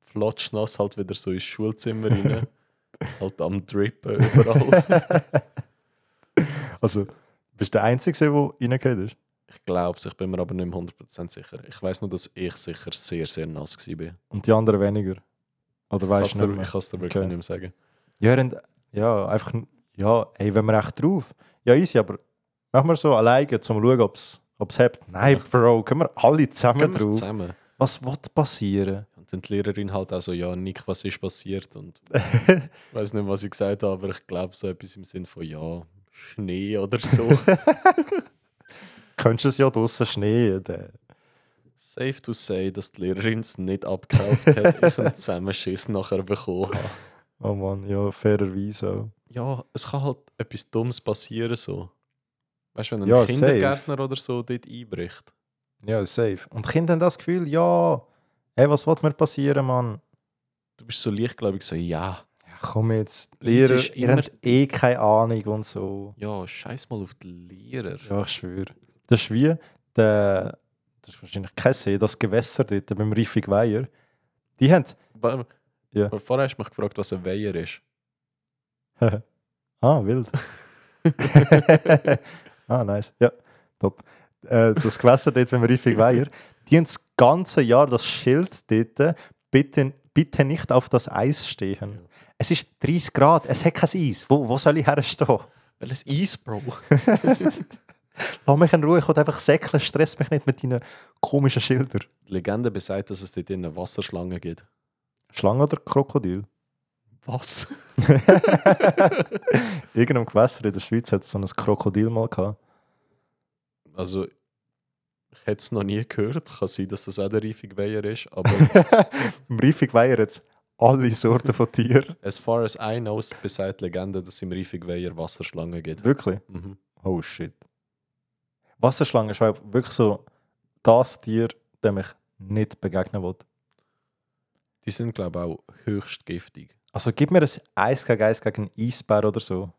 flotschnass halt wieder so ins Schulzimmer rein. Halt am Drippen überall. Also, bist du der Einzige, der reingegangen ist? Ich glaube es, ich bin mir aber nicht mehr hundert Prozent sicher. Ich weiß nur, dass ich sicher sehr, sehr nass war. Und die anderen weniger? Oder weißt du nicht mehr? Ich kann es dir wirklich Okay. nicht mehr sagen. Ja, ihr habt- ja, einfach, ja, ey, wenn wir echt drauf. Ja, easy, aber machen wir so alleine, um zu schauen, ob es hebt. Nein, Ja. Bro, können wir alle zusammen Gehen wir drauf? zusammen. Was wird passieren? Und dann die Lehrerin halt auch so, ja, Nick, was ist passiert? Und ich weiß nicht, was ich gesagt habe, aber ich glaube so etwas im Sinn von, ja, Schnee oder so. Könntest du es ja draussen Schnee? Der. Safe to say, dass die Lehrerin es nicht abgekauft hat, ich einen Zusammenschiss nachher bekommen habe. Oh Mann, ja, fairerweise auch. Ja, es kann halt etwas Dummes passieren so. Weißt du, wenn ein Ja, Kindergärtner oder so dort einbricht. Ja, safe. Und die Kinder haben das Gefühl, ja, ey, was wird mir passieren, Mann? Du bist so leichtgläubig so, ja, Ja, komm jetzt, Es Lehrer, ist ihr immer- habt eh keine Ahnung und so. ja, scheiß mal auf die Lehrer. Ja, ich schwöre. Das ist wie der, das ist wahrscheinlich kein See, das Gewässer dort beim Riffig Weiher. Die haben, Aber, Ja. aber vorher hast du mich gefragt, was ein Weiher ist. ah, wild. ah, nice. Ja, top. Äh, das Gewässer dort beim Riffig Weiher, die haben das ganze Jahr das Schild dort, bitte, bitte nicht auf das Eis stehen. Ja. Es ist dreißig Grad, es hat kein Eis. Wo, wo soll ich herstehen? Welches Eis, Bro? Lass mich in Ruhe, ich will einfach säckeln, stress mich nicht mit deinen komischen Schildern. Die Legende besagt, dass es dort eine Wasserschlange gibt. Schlange oder Krokodil? Was? Irgendeinem Gewässer in der Schweiz hat es so ein Krokodil mal gehabt. Also, ich hätte es noch nie gehört. Kann sein, dass das auch der Riffig Weiher ist. Aber Im Riffig Weiher hat es alle Sorten von Tieren. as far as I know, besagt die Legende, dass es im Riffig Weiher Wasserschlangen gibt. Wirklich? Mhm. Oh shit. Wasserschlange ist wirklich so das Tier, dem ich nicht begegnen will. Die sind, glaube ich, auch höchst giftig. Also gib mir ein Eis gegen Eis gegen einen Eisbär oder so.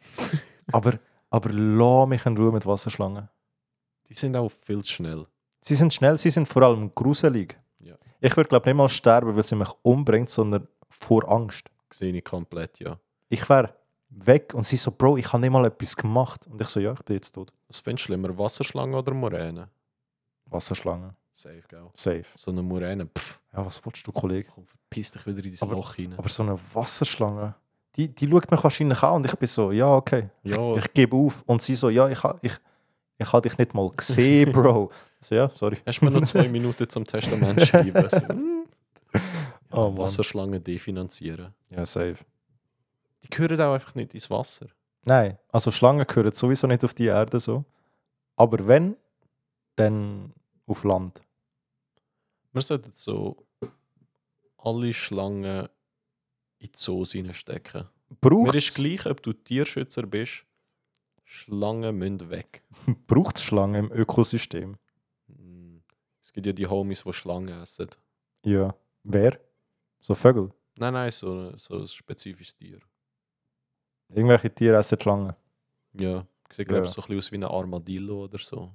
aber, aber lass mich in Ruhe mit Wasserschlangen. Die sind auch viel zu schnell. Sie sind schnell, sie sind vor allem gruselig. Ja. Ich würde glaube nicht mal sterben, weil sie mich umbringt, sondern vor Angst. Sehe ich komplett, ja. Ich wäre weg und sie so, Bro, ich habe nicht mal etwas gemacht. Und ich so, ja, ich bin jetzt tot. Was findest du schlimmer, Wasserschlange oder Muräne? Wasserschlange. Safe, gell? Safe. So eine Muräne, pff, Ja, was willst du, Kollege? komm, verpiss dich wieder in dein Aber- Loch rein. Aber so eine Wasserschlange, die, die schaut mich wahrscheinlich an und ich bin so, ja, okay, Ja, ich gebe auf. Und sie so, ja, ich, ha- ich, ich habe dich nicht mal gesehen, Bro. So, ja, sorry. hast du mir noch zwei Minuten zum Testament schreiben? So, hm. ja, Oh, Mann. Wasserschlangen definanzieren. Ja, safe. Die gehören auch einfach nicht ins Wasser. Nein, also Schlangen gehören sowieso nicht auf die Erde so. Aber wenn, dann auf Land. Wir sollten so alle Schlangen in die Zoos reinstecken. Braucht Mir ist gleich, ob du Tierschützer bist, Schlangen müssen weg. es Schlangen im Ökosystem? Hm. Es gibt ja die Homies, die Schlangen essen. Ja. Wer? So Vögel. Nein, nein, so, so ein spezifisches Tier. Irgendwelche Tiere essen Schlangen. Ja, sieht glaube Ja. ich so ein bisschen aus wie ein Armadillo oder so.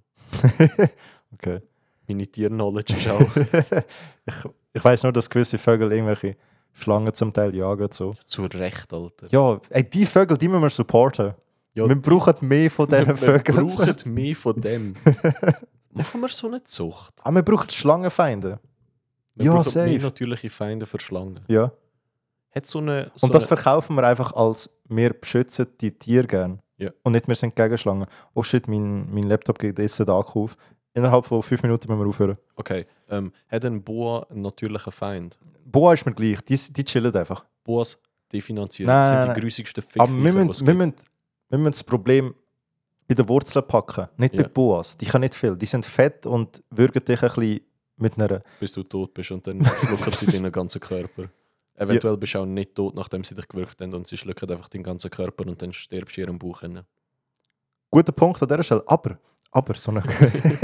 Okay. Meine Tier-Knowledge ist auch ich ich weiß nur, dass gewisse Vögel irgendwelche Schlangen zum Teil jagen. So. zu Recht, Alter. Ja, ey, die Vögel, die müssen wir supporten. Ja, wir brauchen mehr von diesen wir, wir Vögeln. brauchen mehr von dem. Machen wir so eine Zucht? Ah, wir brauchen Schlangenfeinde. Wir Ja, brauchen safe. mehr natürliche Feinde für Schlangen. Ja. Hat so eine, so Und das eine, verkaufen wir einfach als wir beschützen die Tiere gern. Ja. Und nicht wir sind gegen Schlangen. Oh shit, mein, mein Laptop geht jetzt den Akku auf. Innerhalb von fünf Minuten müssen wir aufhören. Okay, ähm, hat ein Boa einen natürlichen Feind? Boa ist mir gleich, die, die chillen einfach. Boas definanzieren. Nein, Das sind nein, die nein. grussigsten Aber wir Fickviecher, müssen, was es wir, gibt. müssen, wir müssen das Problem bei den Wurzeln packen, nicht Ja. bei Boas. Die können nicht viel. Die sind fett und würgen dich ein bisschen mit einer... Bis du tot bist und dann schlucken sie deinen ganzen Körper. Eventuell bist du auch nicht tot, nachdem sie dich gewürgt haben und sie schlucken einfach den ganzen Körper und dann stirbst du in ihrem Bauch hin. Guter Punkt an dieser Stelle. Aber, aber so eine,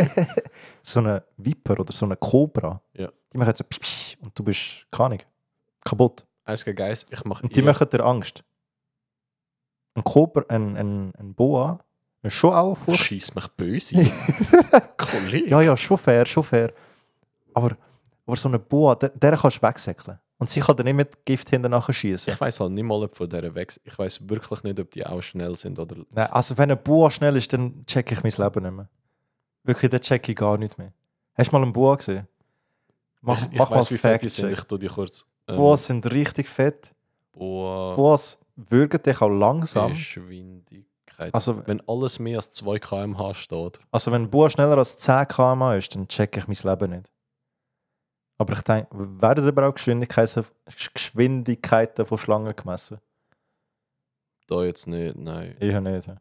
so eine Viper oder so eine Cobra, Ja. die machen jetzt so psch, psch, und du bist, keine Ahnung, kaputt. Eins gegen eins, ich mache Und die machen dir Angst. Ein Cobra, ein, ein, ein Boa, ist schon auch furcht. Schieß mich böse. Kollege. Ja, ja, schon fair, schon fair. Aber, aber so eine Boa, der, der kannst du wegsäckeln. Und sie kann dann nicht mit Gift hinterher schießen. Ich weiss halt nicht mal, ob von dieser weg. Ich weiss wirklich nicht, ob die auch schnell sind oder. Nein, also wenn ein Boa schnell ist, dann check ich mein Leben nicht mehr. Wirklich, dann check ich gar nicht mehr. Hast du mal einen Boa gesehen? Mach, ich ich mach mal weiss, wie fett die sind. Fact-Check. Ich tue die kurz. Ähm, Boas sind richtig fett. Boa. Boas würgen dich auch langsam. Geschwindigkeit. Also, Wenn alles mehr als zwei Kilometer pro Stunde steht. also wenn ein Boa schneller als zehn Kilometer pro Stunde ist, dann check ich mein Leben nicht. Aber ich denke, werden aber auch Geschwindigkeiten, Geschwindigkeiten von Schlangen gemessen? Da jetzt nicht, nein. Eher nicht. Ja.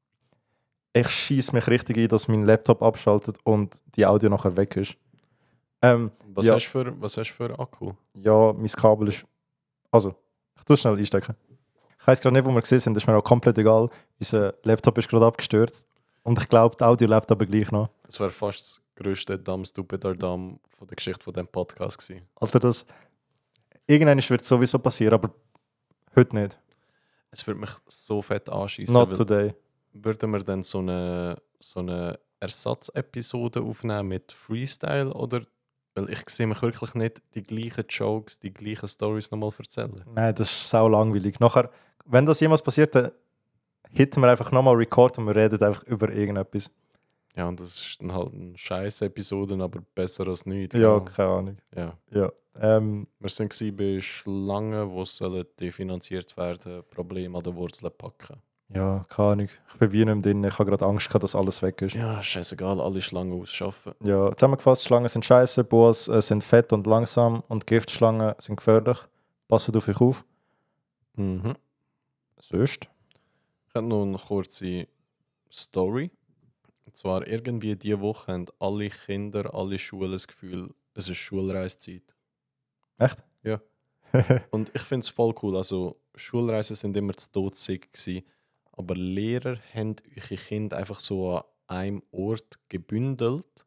Ich schieße mich richtig ein, dass mein Laptop abschaltet und die Audio nachher weg ist. Ähm, Was, ja. hast du für, was hast du für Akku? Ja, mein Kabel ist... Also, ich tue es schnell einstecken. Ich weiss gerade nicht, wo wir gesehen sind, das ist mir auch komplett egal. Unser Laptop ist gerade abgestürzt. Und ich glaube, die Audio lebt aber gleich noch. Das wäre fast das grösste Damm Stupidar Damm von der Geschichte von diesem Podcast gewesen. Alter, das... Irgendwann wird es sowieso passieren, aber heute nicht. Es würde mich so fett anschießen. Not today. Würden wir dann so eine, so eine Ersatzepisode aufnehmen mit Freestyle? Oder, weil ich sehe mich wirklich nicht die gleichen Jokes, die gleichen Stories nochmal erzählen. Nein, das ist sau langweilig. Nachher, wenn das jemals passiert, dann hitten wir einfach nochmal Record und wir reden einfach über irgendetwas. Ja, und das ist dann halt eine scheiß Episode, aber besser als nichts. Ja, keine Ahnung. Ja. Ja. Ähm, Wir waren bei Schlangen, die sollen definanziert werden, Probleme an den Wurzeln packen. ja, keine Ahnung. Ich bin wie nicht mehr drin. Ich habe gerade Angst gehabt, dass alles weg ist. Ja, scheißegal, alle Schlangen ausschaffen. Ja, zusammengefasst, Schlangen sind scheiße, Boas äh, sind fett und langsam und Giftschlangen sind gefährlich. Passt auf euch auf. Mhm. Sonst? Ich habe noch eine kurze Story. Und zwar irgendwie diese Woche haben alle Kinder, alle Schulen das Gefühl, es ist Schulreisezeit. Echt? Ja. Und ich finde es voll cool. Also Schulreisen sind immer zu todsig gewesen, aber Lehrer haben eure Kinder einfach so an einem Ort gebündelt.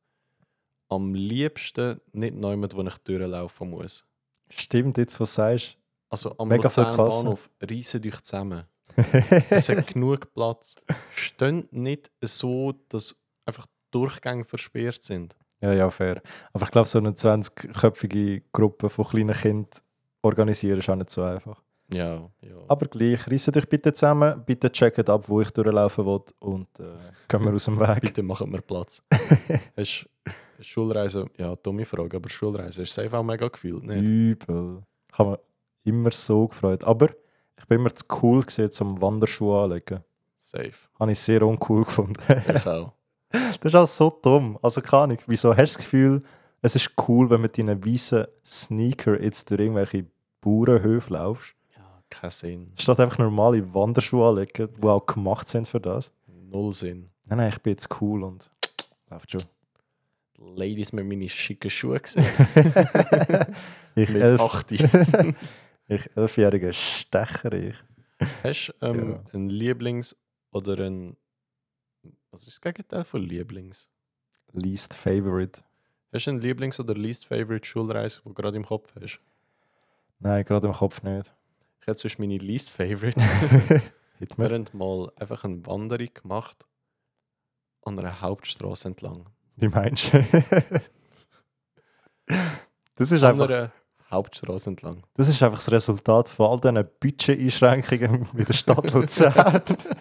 Am liebsten nicht jemand, wo ich durchlaufen muss. Stimmt, jetzt was du sagst. Also am Mega viel Luzern Klassen. Bahnhof reissen euch zusammen. Es hat genug Platz. Steht nicht so, dass einfach Durchgänge versperrt sind. Ja, ja, fair. Aber ich glaube, so eine zwanzig-köpfige Gruppe von kleinen Kindern organisieren ist auch nicht so einfach. Ja, ja. Aber gleich, reißt euch bitte zusammen, bitte checkt ab, wo ich durchlaufen will und äh, gehen wir aus dem Weg. Bitte machen wir Platz. Hast du Schulreise, ja, dumme Frage, aber Schulreise hast du safe auch mega gefühlt, nicht? Übel. Ich habe mich immer so gefreut. Aber ich bin immer zu cool gewesen, zum Wanderschuhe anlegen. Safe. Habe ich sehr uncool gefunden. Ich auch. Das ist auch so dumm. Also keine Ahnung, wieso hast du das Gefühl, es ist cool, wenn du mit deinen weißen Sneaker jetzt durch irgendwelche Bauernhöfe laufst? Ja, kein Sinn. Statt einfach normale Wanderschuhe anlegen, die auch gemacht sind für das. Null Sinn. Nein, nein, ich bin jetzt cool und läuft schon. Die Ladies mit meinen schicken Schuhe gesehen. ich, mit elf, achtzig. ich elfjähriger Stecher, ich. Hast du ähm, Ja. einen Lieblings- oder ein. Was ist das Gegenteil von Lieblings? Least favorite. Hast du einen Lieblings- oder Least Favorite Schulreise, die du gerade im Kopf hast? Nein, gerade im Kopf nicht. Ich hätte sonst meine Least Favorite. Hit Wir mir. haben mal einfach eine Wanderung gemacht an einer Hauptstraße entlang. Wie meinst du? das, ist An einfach, einer Hauptstraße entlang. das ist einfach das Resultat von all diesen Budget-Einschränkungen mit der Stadt Luzern.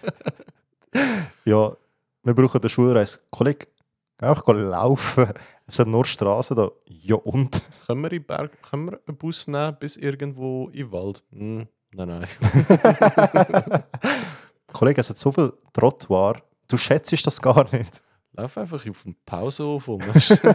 Ja, wir brauchen eine Schulreise. Kollege, geh einfach laufen. Es hat nur Straßen da. Ja und? Können wir, in den Berg, können wir einen Bus nehmen bis irgendwo im Wald? Hm, nein, nein. Kollege, es hat so viel Trottoir. Du schätzt das gar nicht. Lauf einfach auf dem Pausenhof rum.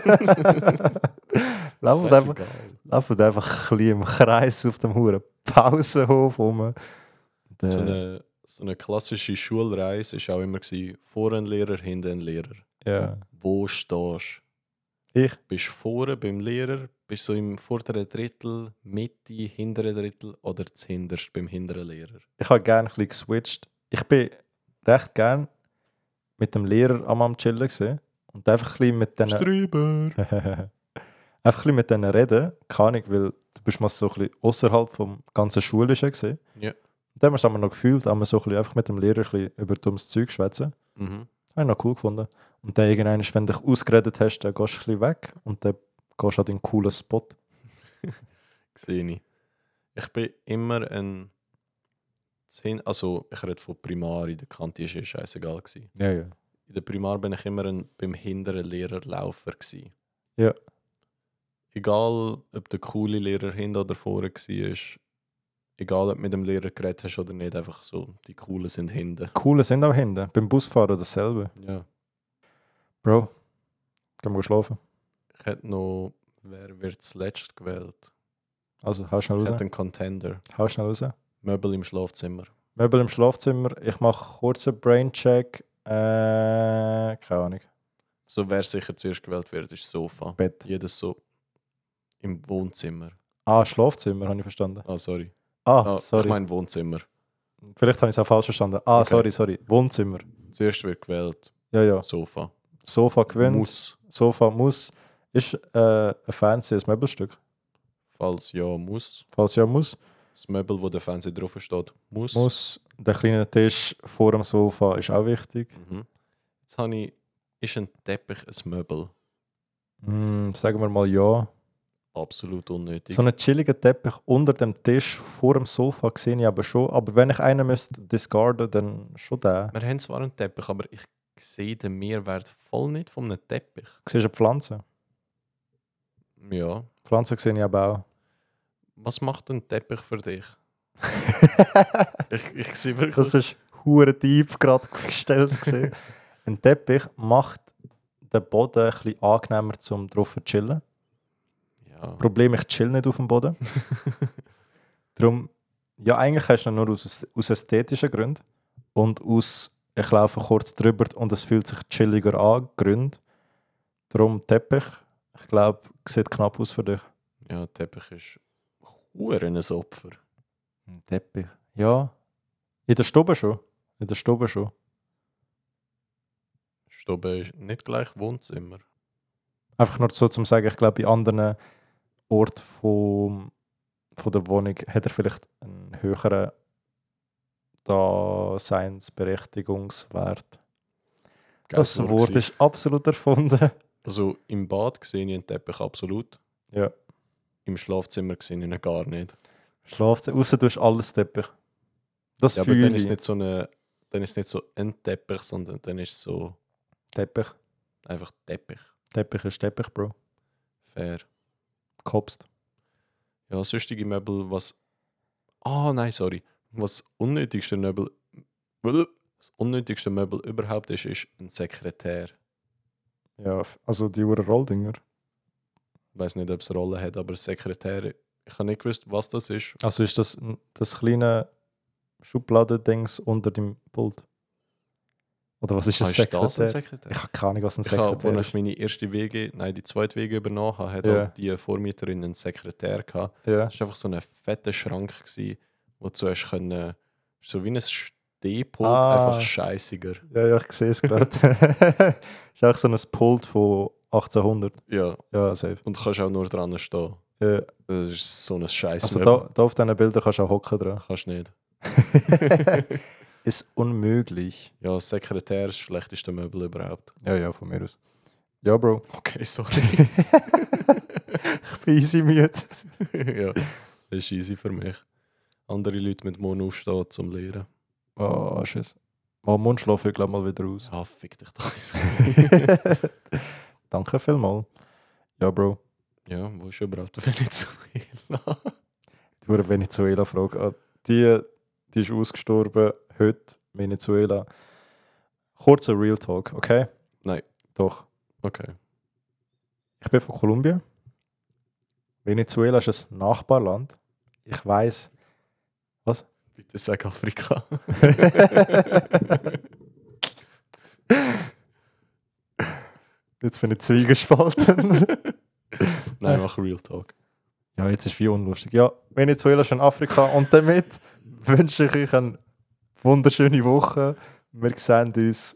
Laufen Weiss einfach, egal. laufen einfach ein bisschen im Kreis auf dem Huren Pausenhof rum. Und, äh, So eine, so eine klassische Schulreise war auch immer gewesen, vor ein Lehrer, hinter ein Lehrer. ja. Wo stehst Ich? du? Bist du vorne beim Lehrer? Bist du so im vorderen Drittel, Mitte, hinteren Drittel oder zuhinterst beim hinteren Lehrer? Ich habe gerne ein bisschen geswitcht. Ich bin recht gern mit dem Lehrer am am Chillen gewesen. Und einfach ein bisschen mit denen... Strüber! einfach ein bisschen mit denen reden. Keine Ahnung, weil du bist mal so ein bisschen außerhalb vom ganzen Schulischen gewesen. Ja. Und dann haben wir es noch gefühlt, haben wir so ein bisschen einfach mit dem Lehrer ein bisschen über dummes Zeug schwätzen. Mhm. Habe ich noch cool gefunden. Und dann irgendwann, wenn du dich ausgeredet hast, dann gehst du ein bisschen weg und dann gehst du an den coolen Spot. Sehe ich. ich bin immer ein... Zehn- Also, ich rede von Primar, in der Kante war es scheißegal. Gewesen. Ja, ja. In der Primar bin ich immer ein, beim hinteren Lehrerlaufer. Gewesen. Ja. Egal, ob der coole Lehrer hinter oder vorne war, egal, ob du mit dem Lehrer geredet hast oder nicht, einfach so, die Coolen sind hinten. Coole sind auch hinten. Beim Busfahren dasselbe. Ja. Bro, gehen wir schlafen. Ich hätte noch, wer wird zuletzt gewählt? Also, hau schnell Ich raus. hätte einen Contender. Hau schnell raus. Möbel im Schlafzimmer. Möbel im Schlafzimmer. Ich mache kurzen Braincheck. Äh, keine Ahnung. So, wer sicher zuerst gewählt wird, ist Sofa. Bett. Jedes so im Wohnzimmer. Ah, Schlafzimmer, habe ich verstanden. Ah, sorry. Ah, Ah, sorry. Ich meine Wohnzimmer. Vielleicht habe ich es auch falsch verstanden. Ah, Okay. sorry, sorry. Wohnzimmer. Zuerst wird gewählt Ja, ja. Sofa. Sofa gewinnt. Muss. Sofa muss. Ist äh, ein Fernseher ein Möbelstück? Falls ja, muss. Falls ja muss. Das Möbel, wo der Fernseher drauf steht, muss. Muss. Der kleine Tisch vor dem Sofa ist auch wichtig. Mhm. Jetzt habe ich, ist ein Teppich ein Möbel? Hm, sagen wir mal ja. Absolut unnötig. So einen chilligen Teppich unter dem Tisch vor dem Sofa sehe ich aber schon. Aber wenn ich einen müsste discarden, dann schon den. Wir haben zwar einen Teppich, aber ich sehe den Mehrwert voll nicht von einem Teppich. Siehst du Pflanzen? Ja. Pflanzen sehe ich aber auch. Was macht ein Teppich für dich? ich, ich sehe wirklich... Das ist hure deep gerade gestellt gewesen. Ein Teppich macht den Boden ein bisschen angenehmer zum drauf zu chillen. Ja. Problem, ich chill nicht auf dem Boden. Darum, ja, eigentlich hast du ihn nur aus, aus ästhetischen Gründen und aus, ich laufe kurz drüber und es fühlt sich chilliger an, Gründe. Darum Teppich, ich glaube, sieht knapp aus für dich. Ja, Teppich ist hure ein Opfer. Ein Teppich? Ja. In der Stube schon. In der Stube schon. Stube ist nicht gleich Wohnzimmer. Einfach nur so zum sagen, ich glaube, bei anderen Orten vom, von der Wohnung hat er vielleicht einen höheren Daseinsberechtigungswert. Geiles Das Wort gewesen. ist absolut erfunden. Also im Bad sehe ich einen Teppich absolut. Ja. Im Schlafzimmer sehe ich ihn gar nicht. Schlaft außer du hast alles Teppich. Das Ja, aber fühle dann ist, ich. es nicht so eine, dann ist es nicht so ein Teppich, sondern dann ist es so Teppich. einfach Teppich. Teppich ist Teppich, Bro. Fair. Kopst. Ja, sonstige Möbel, was... Ah, nein, sorry. Was unnötigste Möbel... Das unnötigste Möbel überhaupt ist, ist ein Sekretär. Ja, also die Uhr Rolldinger. Ich weiß nicht, ob es Rolle hat, aber Sekretär... Ich habe nicht gewusst, was das ist. Also ist das das kleine Schubladendings unter dem Pult? Oder was ist Ah, ein ist Sekretär? das ein Sekretär? Ich habe keine Ahnung, was ein Ich habe, Sekretär als ich ist. meine erste W G, nein, die zweite W G übernommen habe, hat Ja. auch die Vormieterin einen Sekretär gehabt. Ja. Das war einfach so ein fetter Schrank, gewesen, wo du zuerst können, so wie ein Stehpult, Ah. einfach scheißiger. Ja, ja, ich sehe es gerade. Ist auch so ein Pult von achtzehnhundert. Ja, Ja, safe. und du kannst auch nur dran stehen. Ja. Das ist so ein scheiß Also da, da auf diesen Bildern kannst du auch hocken dran. Kannst nicht. Ist unmöglich. Ja, Sekretär ist das schlechteste Möbel überhaupt. Ja, ja, von mir aus. Ja, Bro. Okay, sorry. Ich bin easy müde. Ja, das ist easy für mich. Andere Leute mit morgen aufstehen zum Lehren. Oh, Schiss. Mal Mund schlafe ich glaube mal wieder aus. Ah, fick dich doch. Danke vielmals. Ja, Bro. Ja, wo ist überhaupt der Venezuela? Die wurde Venezuela-Frage. Ah, die, die ist ausgestorben heute, Venezuela. Kurzer Real Talk, okay? Nein. Doch. Okay. Ich bin von Kolumbien. Venezuela ist ein Nachbarland. Ich weiß. Was? Bitte sag Afrika. Jetzt bin ich zwiegespalten. Nein, mach Real Talk. Ja, jetzt ist wie unlustig. Ja, Venezuela ist in Afrika und damit wünsche ich euch eine wunderschöne Woche. Wir sehen uns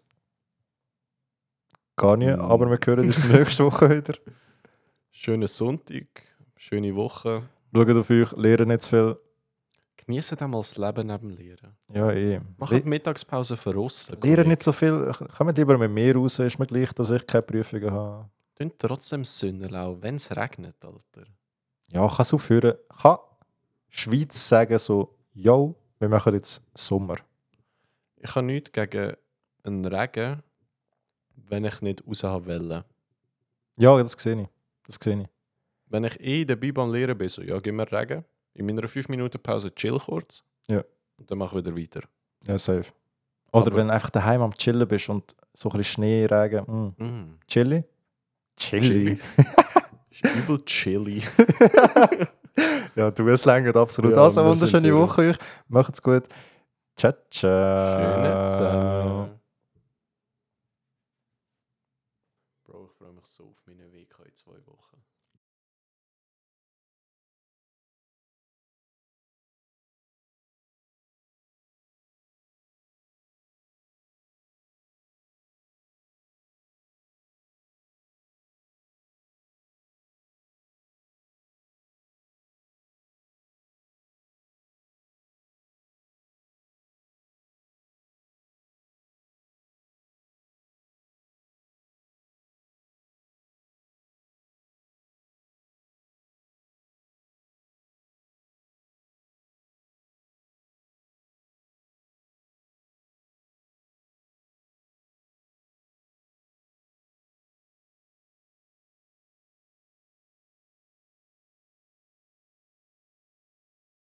gar nicht, Mm. aber wir hören uns nächste Woche wieder. Schönen Sonntag, schöne Woche. Schaut auf euch, lernen nicht zu viel. Genießt einmal das Leben neben dem Lehren. Ja, eh. Macht Le Mittagspause für Russen. Lehren nicht so viel. Kommt lieber mit mir raus, ist mir gleich, dass ich keine Prüfungen habe. Tönt trotzdem Sündenlau, wenn es regnet, Alter. Ja, kann es aufhören. Kann Schweiz sagen so, yo, wir machen jetzt Sommer. Ich habe nichts gegen einen Regen, wenn ich nicht raus haben will. Ja, das sehe ich. Das sehe ich. Wenn ich eh dabei beim Lehren bin, so, ja, gib mir Regen. In meiner fünf Minuten Pause chill kurz. Ja. Und dann mache ich wieder weiter. Ja, safe. Oder Aber- wenn du einfach daheim am Chillen bist und so ein bisschen Schnee, Regen, mm. Mm. Chilli? Chilli. Ist übel chilly. Ja, du, es längert absolut. Ja, also, wir wunderschöne sind durch. Woche euch. Macht's gut. Ciao, ciao. Schöne zusammen. Bro, ich freue mich so auf meine W K in zwei Wochen.